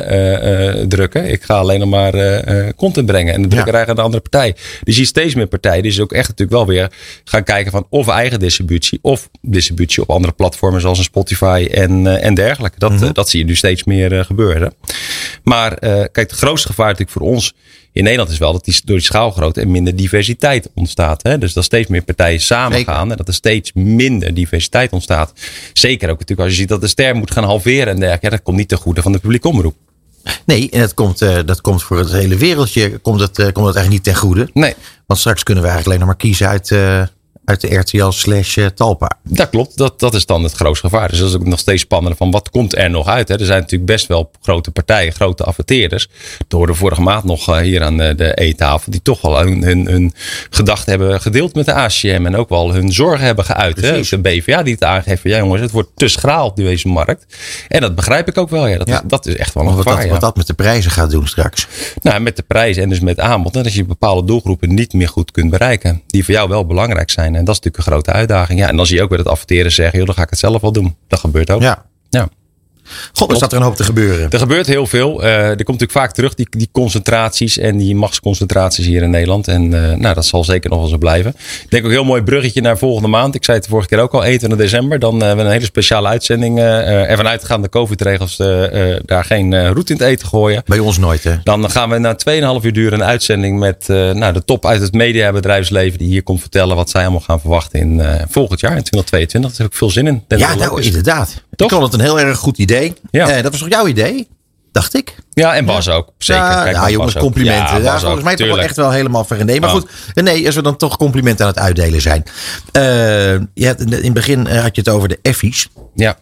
drukken. Ik ga alleen nog maar content brengen. En de drukkerij gaat naar een andere partij. Dus je ziet steeds meer partijen. Dus ook echt natuurlijk wel weer gaan kijken van of eigen distributie of distributie op andere platformen zoals een Spotify en dergelijke. Dat zie je nu steeds meer gebeuren. Maar kijk, het grootste gevaar natuurlijk voor ons in Nederland is wel dat door die schaalgrootte en minder diversiteit ontstaat. Hè? Dus dat steeds meer partijen samengaan en dat er steeds minder diversiteit ontstaat. Zeker ook natuurlijk als je ziet dat de ster moet gaan halveren en dergelijke. Dat komt niet ten goede van de publieke omroep. Nee, en dat komt voor het hele wereldje komt het eigenlijk niet ten goede. Nee. Want straks kunnen we eigenlijk alleen nog maar kiezen uit de RTL/Talpa. Dat klopt, dat is dan het grootste gevaar. Dus dat is ook nog steeds spannender van wat komt er nog uit. Hè? Er zijn natuurlijk best wel grote partijen, grote adverteerders. We hoorden vorige maand nog hier aan de eettafel, die toch wel hun gedachten hebben gedeeld met de ACM en ook wel hun zorgen hebben geuit. Hè? De BVA die het aangeeft van, ja jongens, het wordt te schraal op deze markt. En dat begrijp ik ook wel. Ja. Dat is echt wel een gevaar. Wat dat met de prijzen gaat doen straks. Nou, met de prijzen en dus met aanbod. Dat je bepaalde doelgroepen niet meer goed kunt bereiken. Die voor jou wel belangrijk zijn. En dat is natuurlijk een grote uitdaging. Ja, en dan zie je ook weer dat adverteerders zeggen, joh, dan ga ik het zelf wel doen. Dat gebeurt ook. Ja. God, er staat er een hoop te gebeuren. Er gebeurt heel veel. Er komt natuurlijk vaak terug die concentraties en die machtsconcentraties hier in Nederland. En dat zal zeker nog wel zo blijven. Ik denk ook een heel mooi bruggetje naar volgende maand. Ik zei het de vorige keer ook al, 21 december. Dan hebben we een hele speciale uitzending. Ervan uitgaan de COVID-regels daar geen roet in het eten gooien. Bij ons nooit, hè? Dan gaan we na 2,5 uur duren een uitzending met de top uit het mediabedrijfsleven. Die hier komt vertellen wat zij allemaal gaan verwachten in volgend jaar, in 2022. Daar heb ik veel zin in. Inderdaad. Toch? Ik vond het een heel erg goed idee. Ja. Dat was toch jouw idee? Dacht ik. Ja, en Bas ook. Zeker. Kijk, jongens, complimenten. Ja, volgens mij toch wel echt wel helemaal verrendee. Maar goed, nee, als we dan toch complimenten aan het uitdelen zijn. In het begin had je het over de Effies. Ja.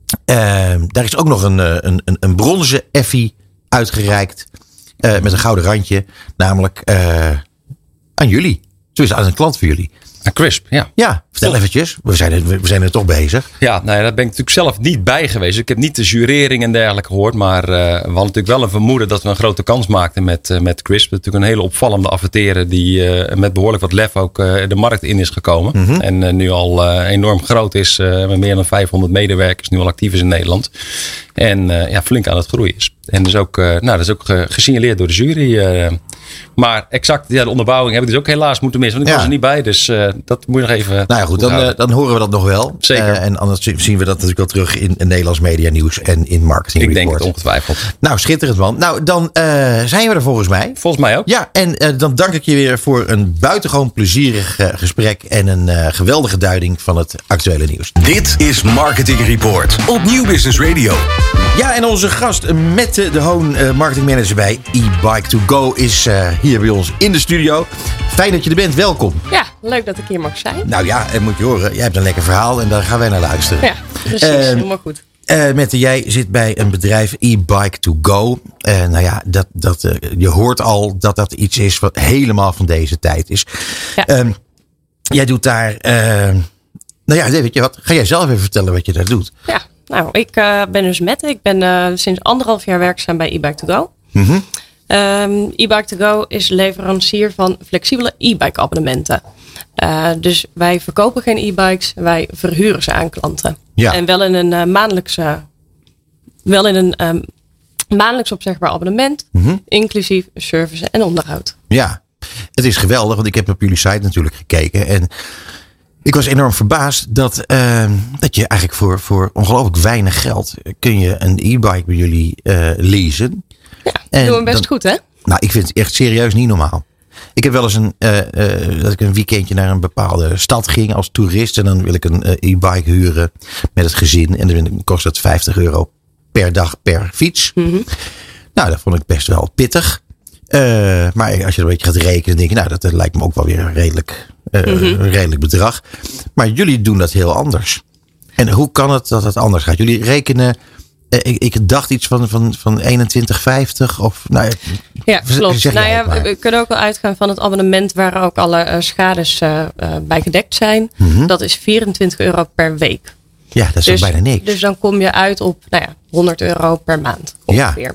Daar is ook nog een bronzen Effie uitgereikt. Met een gouden randje. Namelijk aan jullie. Tenminste, aan een klant voor jullie. Crisp, ja. Ja, vertel eventjes. We zijn er toch bezig. Ja, nou ja, daar ben ik natuurlijk zelf niet bij geweest. Ik heb niet de jurering en dergelijke gehoord. Maar we hadden natuurlijk wel een vermoeden dat we een grote kans maakten met Crisp. Natuurlijk een hele opvallende adverteerder die met behoorlijk wat lef ook de markt in is gekomen. Mm-hmm. En nu al enorm groot is. Met meer dan 500 medewerkers, nu al actief is in Nederland. En flink aan het groeien is. En dus ook, dat is ook gesignaleerd door de jury. Maar exact, de onderbouwing heb ik dus ook helaas moeten missen. Want ik was er niet bij, dus dat moet je nog even... Nou ja, goed, dan horen we dat nog wel. Zeker. En anders zien we dat natuurlijk wel terug in Nederlands Media Nieuws en in Marketing Report. Ik denk het ongetwijfeld. Nou, schitterend man. Nou, dan zijn we er volgens mij. Volgens mij ook. Ja, en dan dank ik je weer voor een buitengewoon plezierig gesprek en een geweldige duiding van het actuele nieuws. Dit is Marketing Report op Nieuw Business Radio. Ja, en onze gast Mette de Hoon, marketingmanager bij eBike2Go, is hier bij ons in de studio. Fijn dat je er bent, welkom. Ja, leuk dat ik hier mag zijn. Nou ja, en moet je horen, jij hebt een lekker verhaal en daar gaan wij naar luisteren. Ja, precies, helemaal goed. Mette, jij zit bij een bedrijf eBike2Go. Nou ja, je hoort al dat iets is wat helemaal van deze tijd is. Ja. Jij doet daar, nou ja, weet je wat, ga jij zelf even vertellen wat je daar doet? Ja. Nou, ik ben dus Mette. Ik ben sinds 1,5 jaar werkzaam bij eBike2Go. Mm-hmm. eBike2Go is leverancier van flexibele e-bike abonnementen. Dus wij verkopen geen e-bikes, wij verhuren ze aan klanten. Ja. En wel in een maandelijks opzegbaar abonnement, mm-hmm. inclusief service en onderhoud. Ja, het is geweldig, want ik heb op jullie site natuurlijk gekeken en ik was enorm verbaasd dat je eigenlijk voor ongelooflijk weinig geld kun je een e-bike bij jullie leasen. Ja, dat doen we best goed, hè? Nou, ik vind het echt serieus niet normaal. Ik heb wel eens dat ik een weekendje naar een bepaalde stad ging als toerist. En dan wil ik een e-bike huren met het gezin. En dan kost het €50 per dag per fiets. Mm-hmm. Nou, dat vond ik best wel pittig. Maar als je een beetje gaat rekenen, denk je, nou, dat lijkt me ook wel weer een redelijk bedrag. Maar jullie doen dat heel anders. En hoe kan het dat het anders gaat? Jullie rekenen, ik dacht iets van 21,50 of... Nou, ja, klopt. We kunnen ook wel uitgaan van het abonnement waar ook alle schades bij gedekt zijn. Mm-hmm. Dat is €24 per week. Ja, dat is dus bijna niks. Dus dan kom je uit op €100 per maand ongeveer.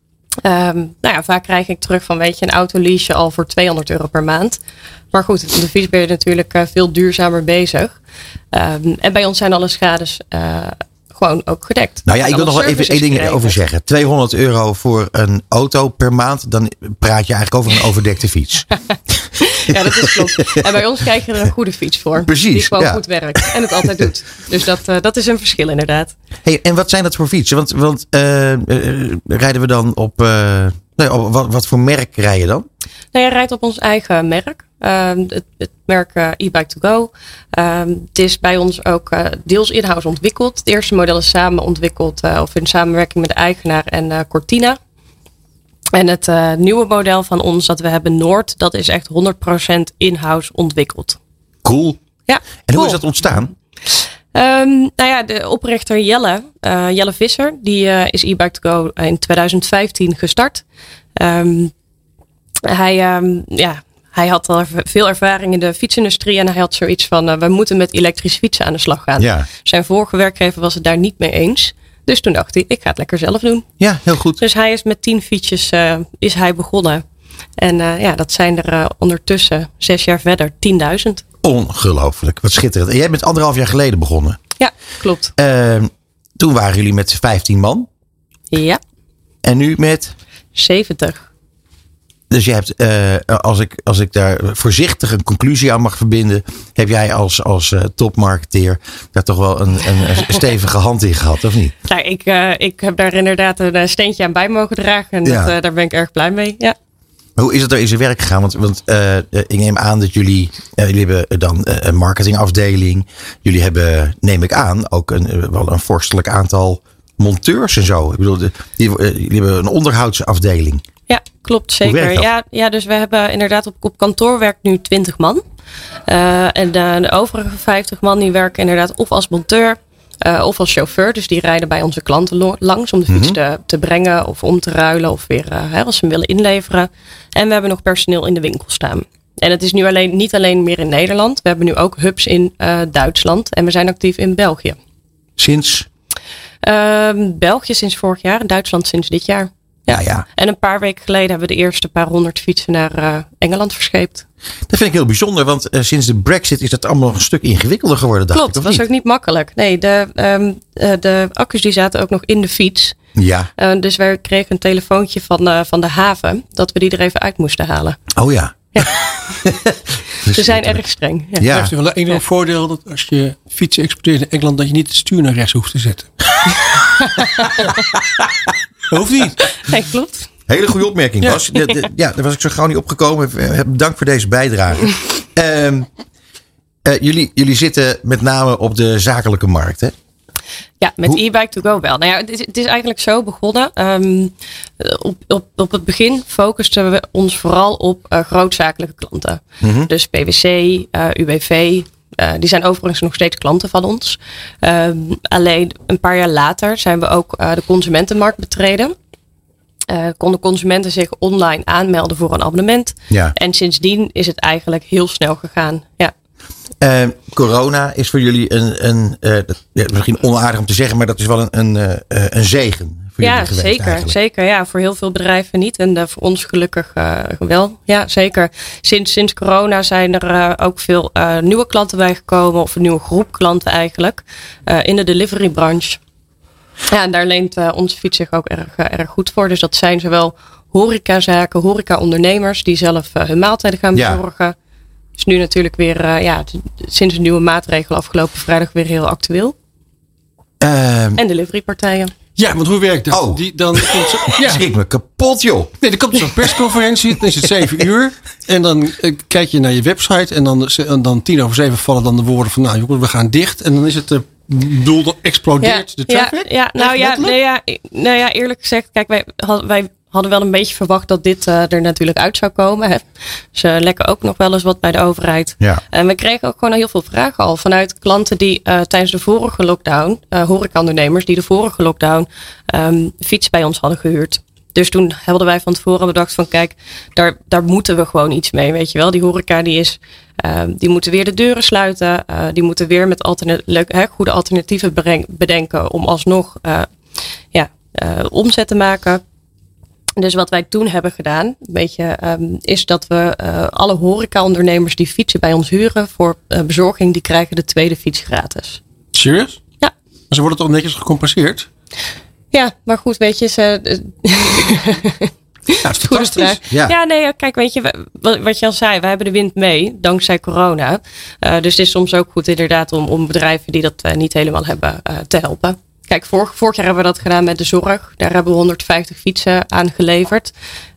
Ja. Vaak krijg ik terug van, weet je, een auto lease je al voor €200 per maand. Maar goed, op de fiets ben je natuurlijk veel duurzamer bezig. En bij ons zijn alle schades gewoon ook gedekt. Nou ja, ik wil nog wel even één ding over zeggen. €200 voor een auto per maand, dan praat je eigenlijk over een overdekte fiets. Ja, dat is klopt. En bij ons krijg je er een goede fiets voor. Precies. Die gewoon goed werkt en het altijd doet. Dus dat is een verschil inderdaad. Hey, en wat zijn dat voor fietsen? Want rijden we dan op... wat voor merk rij je dan? Nou, je rijdt op ons eigen merk. Het merk eBike2Go. Het is bij ons ook deels in-house ontwikkeld. Het eerste model is samen ontwikkeld of in samenwerking met de eigenaar en Cortina. En het nieuwe model van ons dat we hebben, Noord, dat is echt 100% in-house ontwikkeld. Cool. Ja, en hoe is dat ontstaan? De oprichter Jelle Visser, die is eBike2Go in 2015 gestart. Hij had al veel ervaring in de fietsindustrie en hij had zoiets van, we moeten met elektrische fietsen aan de slag gaan. Ja. Zijn vorige werkgever was het daar niet mee eens. Dus toen dacht hij, ik ga het lekker zelf doen. Ja, heel goed. Dus hij is met 10 fietsjes is hij begonnen. En dat zijn er ondertussen 6 jaar verder 10.000. Ongelooflijk, wat schitterend. En jij bent 1,5 jaar geleden begonnen. Ja, klopt. Toen waren jullie met 15 man. Ja. En nu met? 70. Dus je hebt, als ik daar voorzichtig een conclusie aan mag verbinden, heb jij als topmarketeer daar toch wel een stevige hand in gehad, of niet? Nou, ik heb daar inderdaad een steentje aan bij mogen dragen en daar ben ik erg blij mee. Ja. Hoe is het er in zijn werk gegaan? Want ik neem aan dat jullie hebben dan een marketingafdeling. Jullie hebben, neem ik aan, ook wel een vorstelijk aantal monteurs en zo. Ik bedoel, jullie hebben een onderhoudsafdeling. Ja, klopt zeker. Ja, dus we hebben inderdaad op kantoor werkt nu 20 man. En de overige 50 man die werken inderdaad of als monteur of als chauffeur. Dus die rijden bij onze klanten langs om de fiets te brengen of om te ruilen of weer als ze hem willen inleveren. En we hebben nog personeel in de winkel staan. En het is nu niet alleen meer in Nederland. We hebben nu ook hubs in Duitsland. En we zijn actief in België. Sinds? België sinds vorig jaar en Duitsland sinds dit jaar. Ja. En een paar weken geleden hebben we de eerste paar 100 fietsen naar Engeland verscheept. Dat vind ik heel bijzonder, want sinds de Brexit is dat allemaal nog een stuk ingewikkelder geworden. Klopt, dat was ook niet makkelijk. Nee, de accu's die zaten ook nog in de fiets. Ja. Dus wij kregen een telefoontje van de haven dat we die er even uit moesten halen. Oh ja. Ze zijn erg streng. Ja. Ja. Heeft u wel een enorm voordeel dat als je fietsen exporteert in Engeland dat je niet het stuur naar rechts hoeft te zetten. Hoeft niet. Nee, klopt. Hele goede opmerking, Bas. Daar was ik zo gauw niet opgekomen. Dank voor deze bijdrage. Jullie zitten met name op de zakelijke markt, hè? Ja, met e-bike to go wel. Nou ja, het is eigenlijk zo begonnen. Op het begin focusten we ons vooral op grootzakelijke klanten. Mm-hmm. Dus PwC, UWV. Die zijn overigens nog steeds klanten van ons. Alleen een paar jaar later zijn we ook de consumentenmarkt betreden. Konden consumenten zich online aanmelden voor een abonnement. Ja. En sindsdien is het eigenlijk heel snel gegaan. Ja. Corona is voor jullie misschien onaardig om te zeggen, maar dat is wel een zegen voor jullie geweest. Zeker. Ja, voor heel veel bedrijven niet. En voor ons gelukkig wel. Ja, zeker. Sinds corona zijn er ook veel nieuwe klanten bijgekomen. Of een nieuwe groep klanten eigenlijk. In de deliverybranche. Ja, en daar leent onze fiets zich ook erg goed voor. Dus dat zijn zowel horecazaken, horecaondernemers die zelf hun maaltijden gaan bezorgen. Ja. Is nu natuurlijk weer sinds een nieuwe maatregel afgelopen vrijdag weer heel actueel. En deliverypartijen. Ja, want hoe werkt dat? Oh, schrik me kapot, joh. Nee, er komt zo'n persconferentie. Dan is het 7 uur. En dan kijk je naar je website. En dan 7:10 vallen dan de woorden van, nou jongens, we gaan dicht. En dan is het dan explodeert de traffic. Nou ja, eerlijk gezegd, kijk, wij hadden wel een beetje verwacht dat dit er natuurlijk uit zou komen. Hè. Ze lekken ook nog wel eens wat bij de overheid. Ja. En we kregen ook gewoon heel veel vragen al vanuit klanten die tijdens de vorige lockdown, horecaondernemers die de vorige lockdown fiets bij ons hadden gehuurd. Dus toen hadden wij van tevoren bedacht van kijk, daar moeten we gewoon iets mee. Weet je wel, die horeca die moeten weer de deuren sluiten. Die moeten weer met goede alternatieven bedenken om alsnog omzet te maken. Dus wat wij toen hebben gedaan, is dat we alle horecaondernemers die fietsen bij ons huren voor bezorging, die krijgen de tweede fiets gratis. Serieus? Ja. Maar ze worden toch netjes gecompenseerd? Ja, maar goed, weet je, Ja, het is fantastisch. Ja, nee, kijk, weet je, wat je al zei, wij hebben de wind mee, dankzij corona. Dus het is soms ook goed inderdaad om bedrijven die dat niet helemaal hebben te helpen. Kijk, vorig jaar hebben we dat gedaan met de zorg. Daar hebben we 150 fietsen aangeleverd.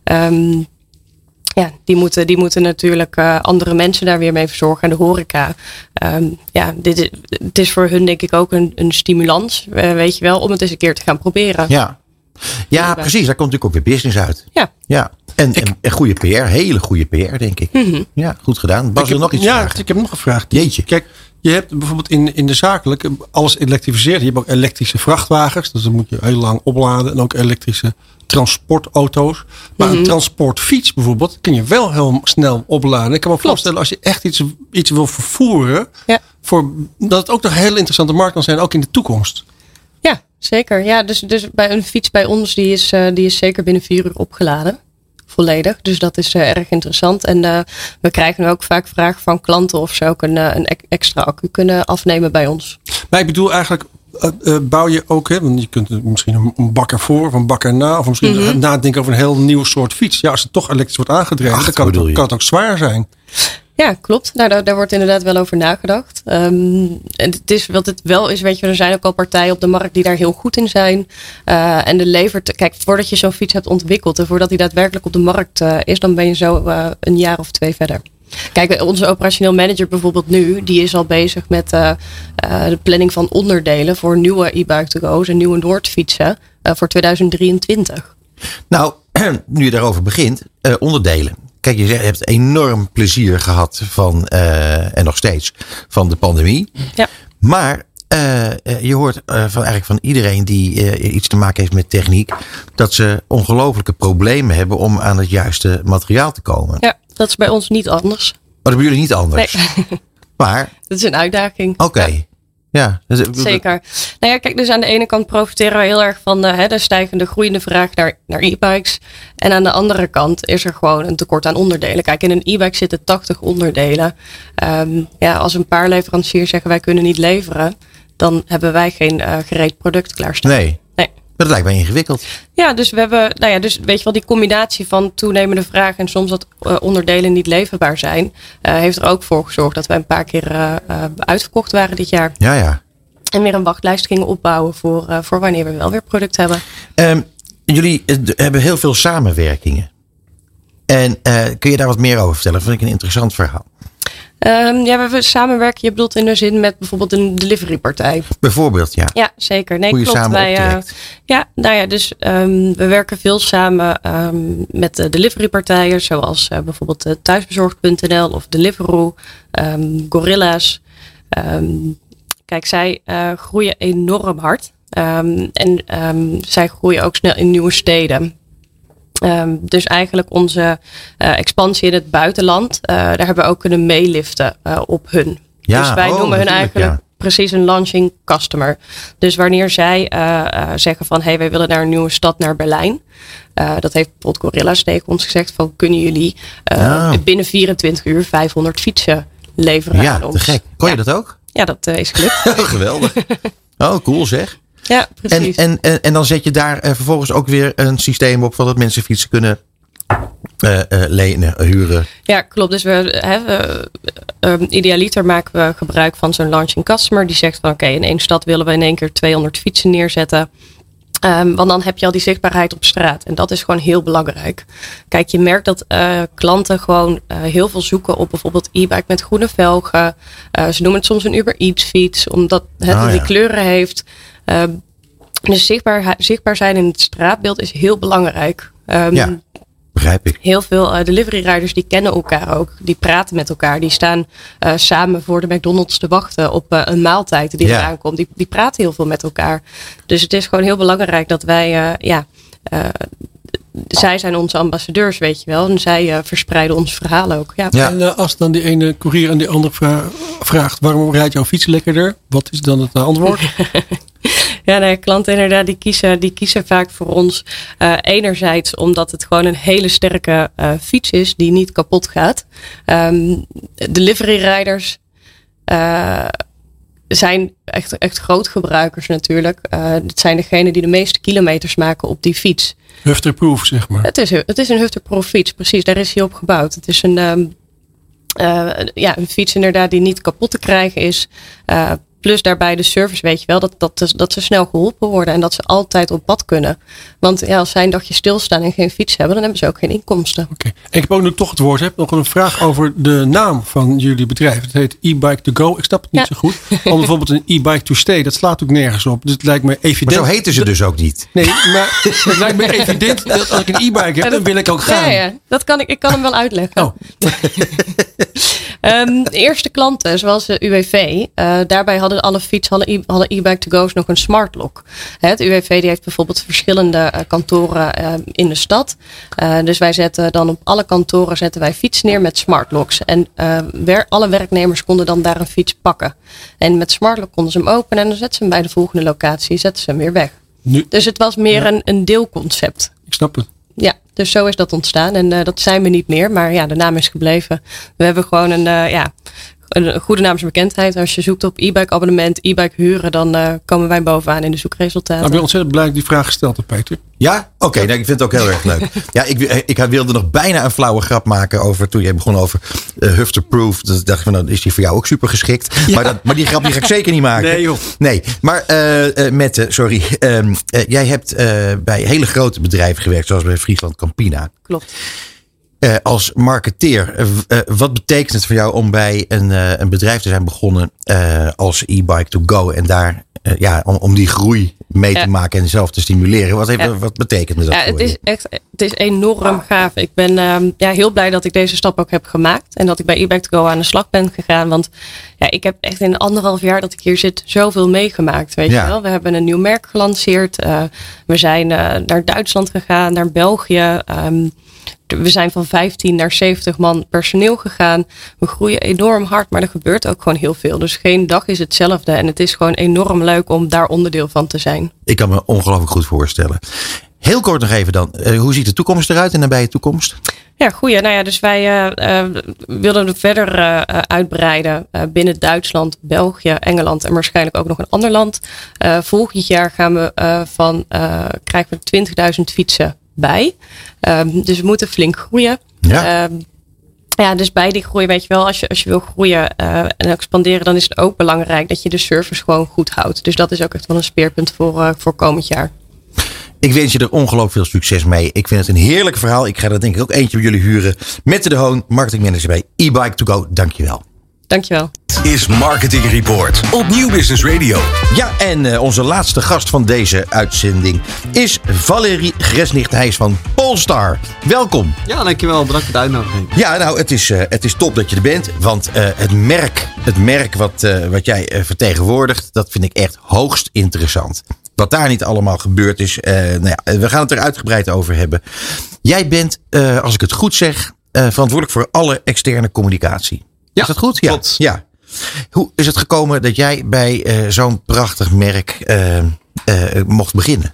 Die moeten natuurlijk andere mensen daar weer mee verzorgen. En de horeca. Het is voor hun denk ik ook een stimulans, weet je wel, om het eens een keer te gaan proberen. Ja, precies. Daar komt natuurlijk ook weer business uit. Ja. En goede PR. Hele goede PR, denk ik. Mm-hmm. Ja, goed gedaan. Bas wil nog iets vragen. Ja, ik heb nog een vraag. Jeetje. Kijk, je hebt bijvoorbeeld in de zakelijk alles elektrificeerd. Je hebt ook elektrische vrachtwagens. Dus dan moet je heel lang opladen. En ook elektrische transportauto's. Maar een transportfiets bijvoorbeeld kun je wel heel snel opladen. Ik kan me voorstellen als je echt iets wil vervoeren. Ja. Dat het ook nog een hele interessante markt kan zijn. Ook in de toekomst. Ja, zeker. Ja, dus bij een fiets bij ons die is zeker binnen 4 uur opgeladen. Volledig. Dus dat is erg interessant. En we krijgen ook vaak vragen van klanten of ze ook een extra accu kunnen afnemen bij ons. Maar ik bedoel eigenlijk, bouw je ook, want je kunt misschien een bakker voor of een bakker na. Of misschien nadenken over een heel nieuw soort fiets. Ja, als het toch elektrisch wordt aangedreven, dan kan het ook zwaar zijn. Ja, klopt. Nou, daar wordt inderdaad wel over nagedacht. En het is wat het wel is, weet je, er zijn ook al partijen op de markt die daar heel goed in zijn. En kijk, voordat je zo'n fiets hebt ontwikkeld en voordat die daadwerkelijk op de markt is, dan ben je zo een jaar of 2 verder. Kijk, onze operationeel manager bijvoorbeeld nu, die is al bezig met de planning van onderdelen voor nieuwe e-bike to go's en nieuwe Noordfietsen voor 2023. Nou, nu je daarover begint, onderdelen. Kijk, je hebt enorm plezier gehad van, en nog steeds, van de pandemie. Ja. Maar je hoort eigenlijk van iedereen die iets te maken heeft met techniek, dat ze ongelofelijke problemen hebben om aan het juiste materiaal te komen. Ja, dat is bij ons niet anders. Maar dat bij jullie niet anders. Nee. Maar. Dat is een uitdaging. Oké. Ja. Zeker. Nou ja, kijk, dus aan de ene kant profiteren we heel erg van de stijgende, groeiende vraag naar e-bikes. En aan de andere kant is er gewoon een tekort aan onderdelen. Kijk, in een e-bike zitten 80 onderdelen. Als een paar leveranciers zeggen wij kunnen niet leveren, dan hebben wij geen gereed product klaarstaan. Nee. Maar dat lijkt mij ingewikkeld. Ja, dus we hebben, dus weet je wel, die combinatie van toenemende vraag en soms dat onderdelen niet leverbaar zijn, heeft er ook voor gezorgd dat we een paar keer uitverkocht waren dit jaar. Ja. En weer een wachtlijst gingen opbouwen voor wanneer we wel weer product hebben. Jullie hebben heel veel samenwerkingen. En kun je daar wat meer over vertellen? Dat vind ik een interessant verhaal. We hebben samenwerken, je bedoelt in de zin met bijvoorbeeld een deliverypartij. Bijvoorbeeld, ja. Ja, zeker. Nee, hoe je klopt. samen optrekt. We werken veel samen met deliverypartijen, zoals bijvoorbeeld thuisbezorgd.nl of Deliveroo, Gorilla's. Kijk, zij groeien enorm hard. Zij groeien ook snel in nieuwe steden. Dus eigenlijk onze expansie in het buitenland, daar hebben we ook kunnen meeliften op hun. Ja, dus wij noemen hun eigenlijk precies een launching customer. Dus wanneer zij zeggen van wij willen naar een nieuwe stad, naar Berlijn. Dat heeft bijvoorbeeld Gorilla's tegen ons gezegd van kunnen jullie binnen 24 uur 500 fietsen leveren aan ons. Ja, te gek. Kon je dat ook? Ja, dat is gelukt. Geweldig. Oh, cool zeg. Ja, precies. En dan zet je daar vervolgens ook weer een systeem op, dat mensen fietsen kunnen lenen, huren. Ja, klopt. Dus idealiter maken we gebruik van zo'n launching customer. Die zegt van oké, in één stad willen we in één keer 200 fietsen neerzetten. Want dan heb je al die zichtbaarheid op straat. En dat is gewoon heel belangrijk. Kijk, je merkt dat klanten gewoon heel veel zoeken op bijvoorbeeld e-bike met groene velgen. Ze noemen het soms een Uber Eats fiets, omdat het die kleuren heeft. Dus zichtbaar zijn in het straatbeeld is heel belangrijk. Begrijp ik. Heel veel delivery riders die kennen elkaar ook. Die praten met elkaar. Die staan samen voor de McDonald's te wachten op een maaltijd die eraan komt. Die praten heel veel met elkaar. Dus het is gewoon heel belangrijk dat wij... zij zijn onze ambassadeurs, weet je wel. En zij verspreiden ons verhaal ook. Ja. En als dan die ene courier en die andere vraagt... waarom rijdt jouw fiets lekkerder? Wat is dan het antwoord? Klanten inderdaad, die kiezen vaak voor ons. Enerzijds omdat het gewoon een hele sterke fiets is die niet kapot gaat. Delivery riders zijn echt grootgebruikers natuurlijk. Het zijn degenen die de meeste kilometers maken op die fiets. Hufterproof, zeg maar. Het is een hufterproof fiets, precies. Daar is hij op gebouwd. Het is een fiets inderdaad die niet kapot te krijgen is. Plus daarbij de service, weet je wel, dat ze snel geholpen worden en dat ze altijd op pad kunnen. Want als zij een dagje stilstaan en geen fiets hebben, dan hebben ze ook geen inkomsten. Oké. En ik heb ook nu toch het woord. Ik heb nog een vraag over de naam van jullie bedrijf. Het heet e-bike to go. Ik snap het niet zo goed. Want bijvoorbeeld een e-bike to stay, dat slaat ook nergens op. Dus het lijkt me evident. Maar zo heten ze dus ook niet. Nee, maar het lijkt me evident dat als ik een e-bike heb, dan wil ik ook gaan. Ja, dat kan ik kan hem wel uitleggen. Oh. De eerste klanten, zoals de UWV, daarbij hadden alle e-bike to go's nog een smart lock. Het UWV die heeft bijvoorbeeld verschillende kantoren in de stad. Dus wij zetten dan op alle kantoren fiets neer met smart locks. En alle werknemers konden dan daar een fiets pakken. En met smart lock konden ze hem openen en dan zetten ze hem bij de volgende locatie, zetten ze hem weer weg. Dus het was meer een deelconcept. Ik snap het. Ja, dus zo is dat ontstaan. En dat zijn we niet meer. Maar de naam is gebleven. We hebben gewoon een goede naamsbekendheid. Als je zoekt op e-bike abonnement, e-bike huren, dan komen wij bovenaan in de zoekresultaten. Nou, ik ben ontzettend blij dat die vraag gesteld heb, Peter. Ja? Oké, ik vind het ook heel erg leuk. Ja, ik wilde nog bijna een flauwe grap maken over toen jij begon over hufterproof. Dus dacht ik van, nou, is die voor jou ook super geschikt. Ja. Maar die grap ga ik zeker niet maken. Nee, joh. Nee, maar Mette, sorry. Jij hebt bij hele grote bedrijven gewerkt, zoals bij Friesland Campina. Klopt. Als marketeer, wat betekent het voor jou om bij een bedrijf te zijn begonnen als e-bike to go en daar om die groei mee te maken en zelf te stimuleren. Wat betekent dat voor je? Het is enorm gaaf. Ik ben heel blij dat ik deze stap ook heb gemaakt. En dat ik bij e-bike2go aan de slag ben gegaan. Want ik heb echt in 1,5 jaar dat ik hier zit zoveel meegemaakt. Weet je wel? We hebben een nieuw merk gelanceerd. We zijn naar Duitsland gegaan, naar België. We zijn van 15 naar 70 man personeel gegaan. We groeien enorm hard, maar er gebeurt ook gewoon heel veel. Dus geen dag is hetzelfde. En het is gewoon enorm leuk om daar onderdeel van te zijn. Ik kan me ongelooflijk goed voorstellen. Heel kort nog even dan. Hoe ziet de toekomst eruit in de nabije toekomst? Ja, goeie. Dus wij willen het verder uitbreiden binnen Duitsland, België, Engeland en waarschijnlijk ook nog een ander land. Volgend jaar gaan we krijgen we 20.000 fietsen bij. Dus we moeten flink groeien. Ja. Dus bij die groei, weet je wel, als je wil groeien en expanderen, dan is het ook belangrijk dat je de service gewoon goed houdt. Dus dat is ook echt wel een speerpunt voor komend jaar. Ik wens je er ongelooflijk veel succes mee. Ik vind het een heerlijk verhaal. Ik ga er denk ik ook eentje bij jullie huren. Mette de Hoon, marketingmanager bij e-bike2go. Dankjewel. Dankjewel. Is Marketing Report op Nieuw Business Radio. Ja, en onze laatste gast van deze uitzending is Valerie Gresnicht. Hij is van Polestar. Welkom. Ja, dankjewel. Bedankt voor de uitnodiging. Ja, nou, het is top dat je er bent. Want het merk wat jij vertegenwoordigt, dat vind ik echt hoogst interessant. Wat daar niet allemaal gebeurd is. We gaan het er uitgebreid over hebben. Jij bent, als ik het goed zeg, verantwoordelijk voor alle externe communicatie. Ja, is dat goed? Klopt. Ja. Hoe is het gekomen dat jij bij zo'n prachtig merk mocht beginnen?